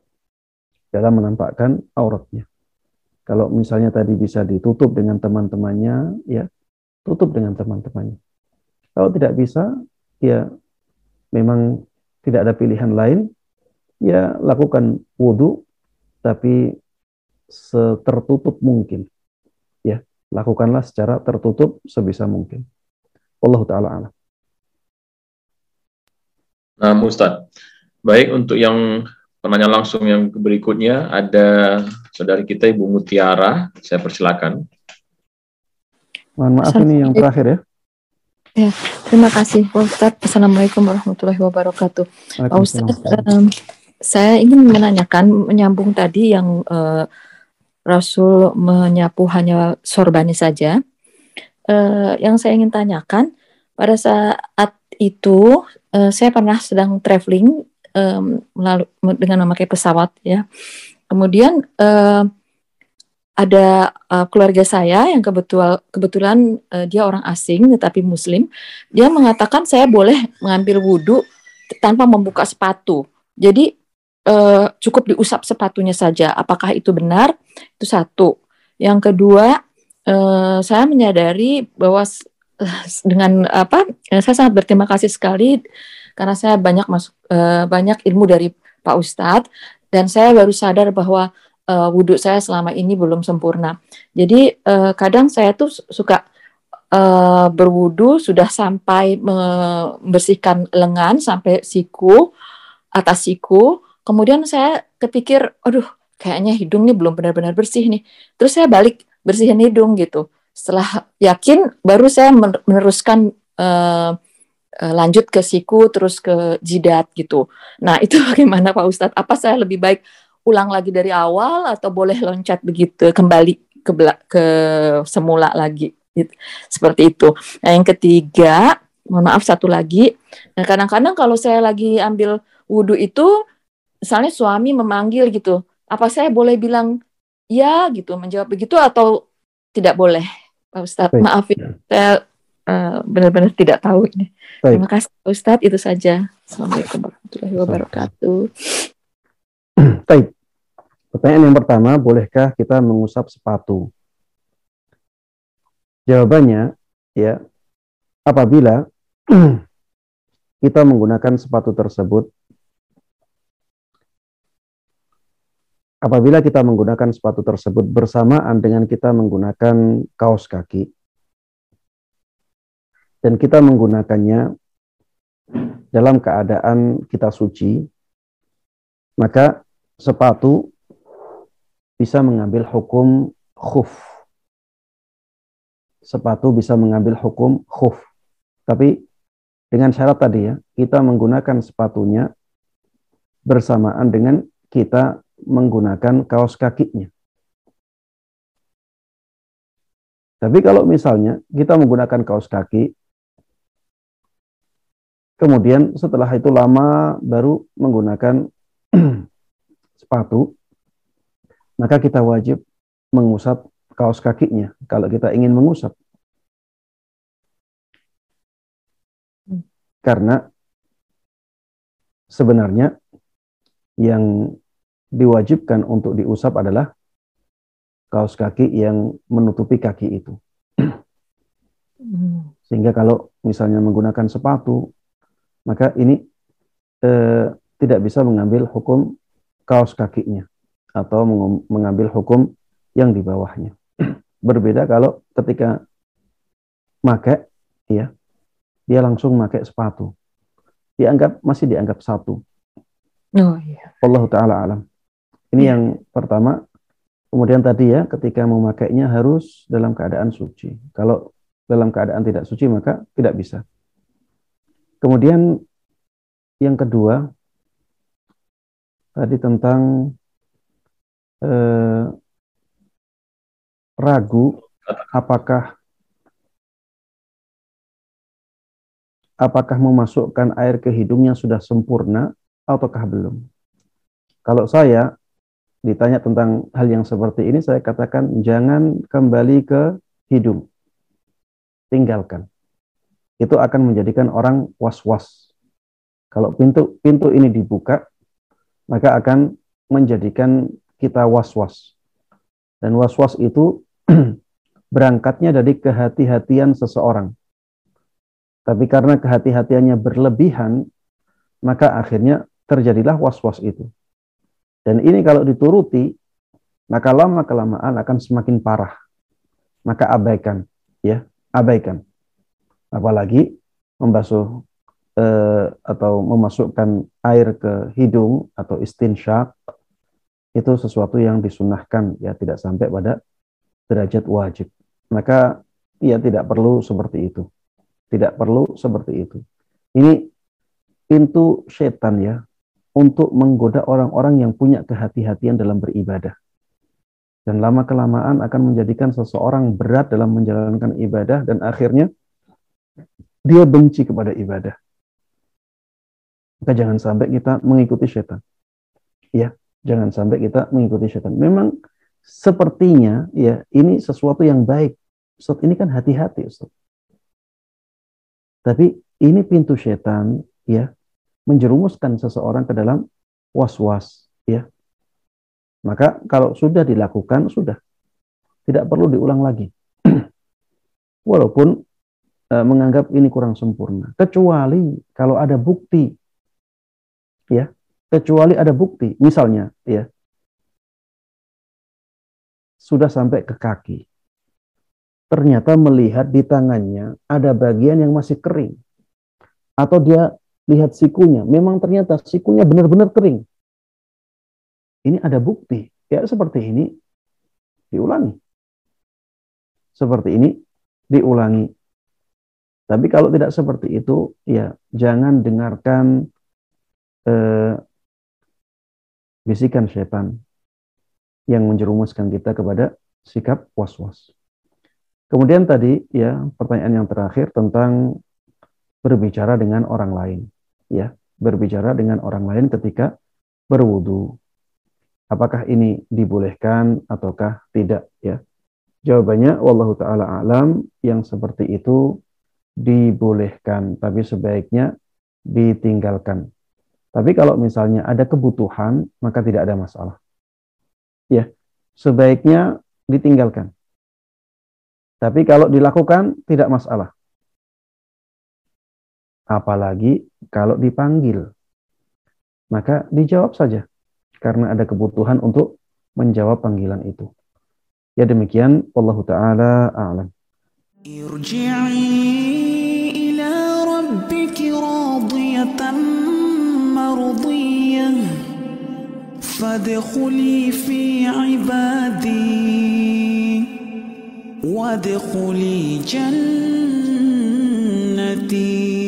Kalau misalnya tadi bisa ditutup dengan teman-temannya, ya, tutup dengan teman-temannya. Kalau tidak bisa, ya memang tidak ada pilihan lain, ya lakukan wudu, tapi setertutup mungkin. Ya, lakukanlah secara tertutup sebisa mungkin. Wallahu ta'ala a'lam. Nah, Ustaz, baik untuk yang penanya langsung yang berikutnya, ada saudari kita Ibu Mutiara, saya persilakan. Mohon maaf, ini yang terakhir ya. Ya, terima kasih Pak Ustadz. Assalamualaikum warahmatullahi wabarakatuh. Pak Ustadz, saya ingin menanyakan, menyambung tadi yang Rasul menyapu hanya sorbannya saja. Yang saya ingin tanyakan, pada saat itu saya pernah sedang traveling dengan memakai pesawat ya. Kemudian ada keluarga saya yang kebetulan dia orang asing tetapi muslim. Dia mengatakan saya boleh mengambil wudhu tanpa membuka sepatu. Jadi cukup diusap sepatunya saja. Apakah itu benar? Itu satu. Yang kedua, saya menyadari bahwa dengan saya sangat berterima kasih sekali karena saya banyak ilmu dari Pak Ustadz, dan saya baru sadar bahwa wudhu saya selama ini belum sempurna. Jadi kadang saya tuh suka berwudhu sudah sampai membersihkan lengan sampai siku, atas siku. Kemudian saya kepikir, aduh kayaknya hidung nih belum benar-benar bersih nih. Terus saya balik bersihin hidung gitu. Setelah yakin, baru saya meneruskan lanjut ke siku, terus ke jidat gitu. Nah itu bagaimana Pak Ustadz? Apa saya lebih baik ulang lagi dari awal atau boleh loncat begitu kembali ke semula lagi gitu. Seperti itu. Nah yang ketiga, mohon maaf satu lagi, nah, kadang-kadang kalau saya lagi ambil wudhu itu misalnya suami memanggil gitu, apa saya boleh bilang ya gitu, menjawab begitu atau tidak boleh Pak Ustadz? Maaf ya, saya benar-benar tidak tahu ini. Terima kasih Pak Ustadz, itu saja. Assalamualaikum warahmatullahi wabarakatuh. Baik. Pertanyaan yang pertama, bolehkah kita mengusap sepatu? Jawabannya, ya, apabila kita menggunakan sepatu tersebut, bersamaan dengan kita menggunakan kaos kaki, dan kita menggunakannya dalam keadaan kita suci, maka sepatu bisa mengambil hukum khuf. Sepatu bisa mengambil hukum khuf. Tapi dengan syarat tadi ya, kita menggunakan sepatunya bersamaan dengan kita menggunakan kaos kakinya. Tapi kalau misalnya kita menggunakan kaos kaki, kemudian setelah itu lama baru menggunakan sepatu, maka kita wajib mengusap kaos kakinya kalau kita ingin mengusap. Karena sebenarnya yang diwajibkan untuk diusap adalah kaos kaki yang menutupi kaki itu. Sehingga kalau misalnya menggunakan sepatu, maka ini tidak bisa mengambil hukum kaos kakinya atau mengambil hukum yang di bawahnya. Berbeda kalau ketika pakai, ya, dia langsung pakai sepatu, masih dianggap satu. Oh iya. Allah Ta'ala alam. Ini yang pertama. Kemudian tadi ya, ketika memakainya harus dalam keadaan suci. Kalau dalam keadaan tidak suci maka tidak bisa. Kemudian yang kedua tadi tentang ragu apakah memasukkan air ke hidungnya sudah sempurna ataukah belum. Kalau saya ditanya tentang hal yang seperti ini, saya katakan jangan kembali ke hidung. Tinggalkan. Itu akan menjadikan orang was-was. Kalau pintu ini dibuka, maka akan menjadikan kita was-was. Dan was-was itu berangkatnya dari kehati-hatian seseorang. Tapi karena kehati-hatiannya berlebihan, maka akhirnya terjadilah was-was itu. Dan ini kalau dituruti, maka lama-kelamaan akan semakin parah. Maka abaikan, ya, abaikan. Apalagi membasuh atau memasukkan air ke hidung atau istinsyak, itu sesuatu yang disunahkan, ya, tidak sampai pada derajat wajib. Maka ya tidak perlu seperti itu. Tidak perlu seperti itu. Ini pintu setan, ya, untuk menggoda orang-orang yang punya kehati-hatian dalam beribadah. Dan lama-kelamaan akan menjadikan seseorang berat dalam menjalankan ibadah dan akhirnya dia benci kepada ibadah. Maka jangan sampai kita mengikuti setan. Ya, jangan sampai kita mengikuti setan. Memang sepertinya ya ini sesuatu yang baik. Ustaz, ini kan hati-hati, Ustaz. Tapi ini pintu setan, ya, menjerumuskan seseorang ke dalam was-was, ya. Maka kalau sudah dilakukan, sudah. Tidak perlu diulang lagi. Walaupun menganggap ini kurang sempurna. Kecuali kalau ada bukti, ya. Kecuali ada bukti. Misalnya, ya, sudah sampai ke kaki. Ternyata melihat di tangannya ada bagian yang masih kering. Atau dia lihat sikunya, memang ternyata sikunya benar-benar kering. Ini ada bukti. Ya, seperti ini diulangi. Seperti ini diulangi. Tapi kalau tidak seperti itu, ya jangan dengarkan bisikan setan yang menjerumuskan kita kepada sikap was-was. Kemudian tadi, ya, pertanyaan yang terakhir tentang berbicara dengan orang lain. Ya, berbicara dengan orang lain ketika berwudu. Apakah ini dibolehkan ataukah tidak, ya? Jawabannya wallahu taala alam, yang seperti itu dibolehkan, tapi sebaiknya ditinggalkan. Tapi kalau misalnya ada kebutuhan, maka tidak ada masalah. Ya, sebaiknya ditinggalkan. Tapi kalau dilakukan tidak masalah. Apalagi kalau dipanggil, maka dijawab saja karena ada kebutuhan untuk menjawab panggilan itu. Ya, demikian, wallahu taala a'lam. Irji'i فادخلي في عبادي وادخلي جنتي.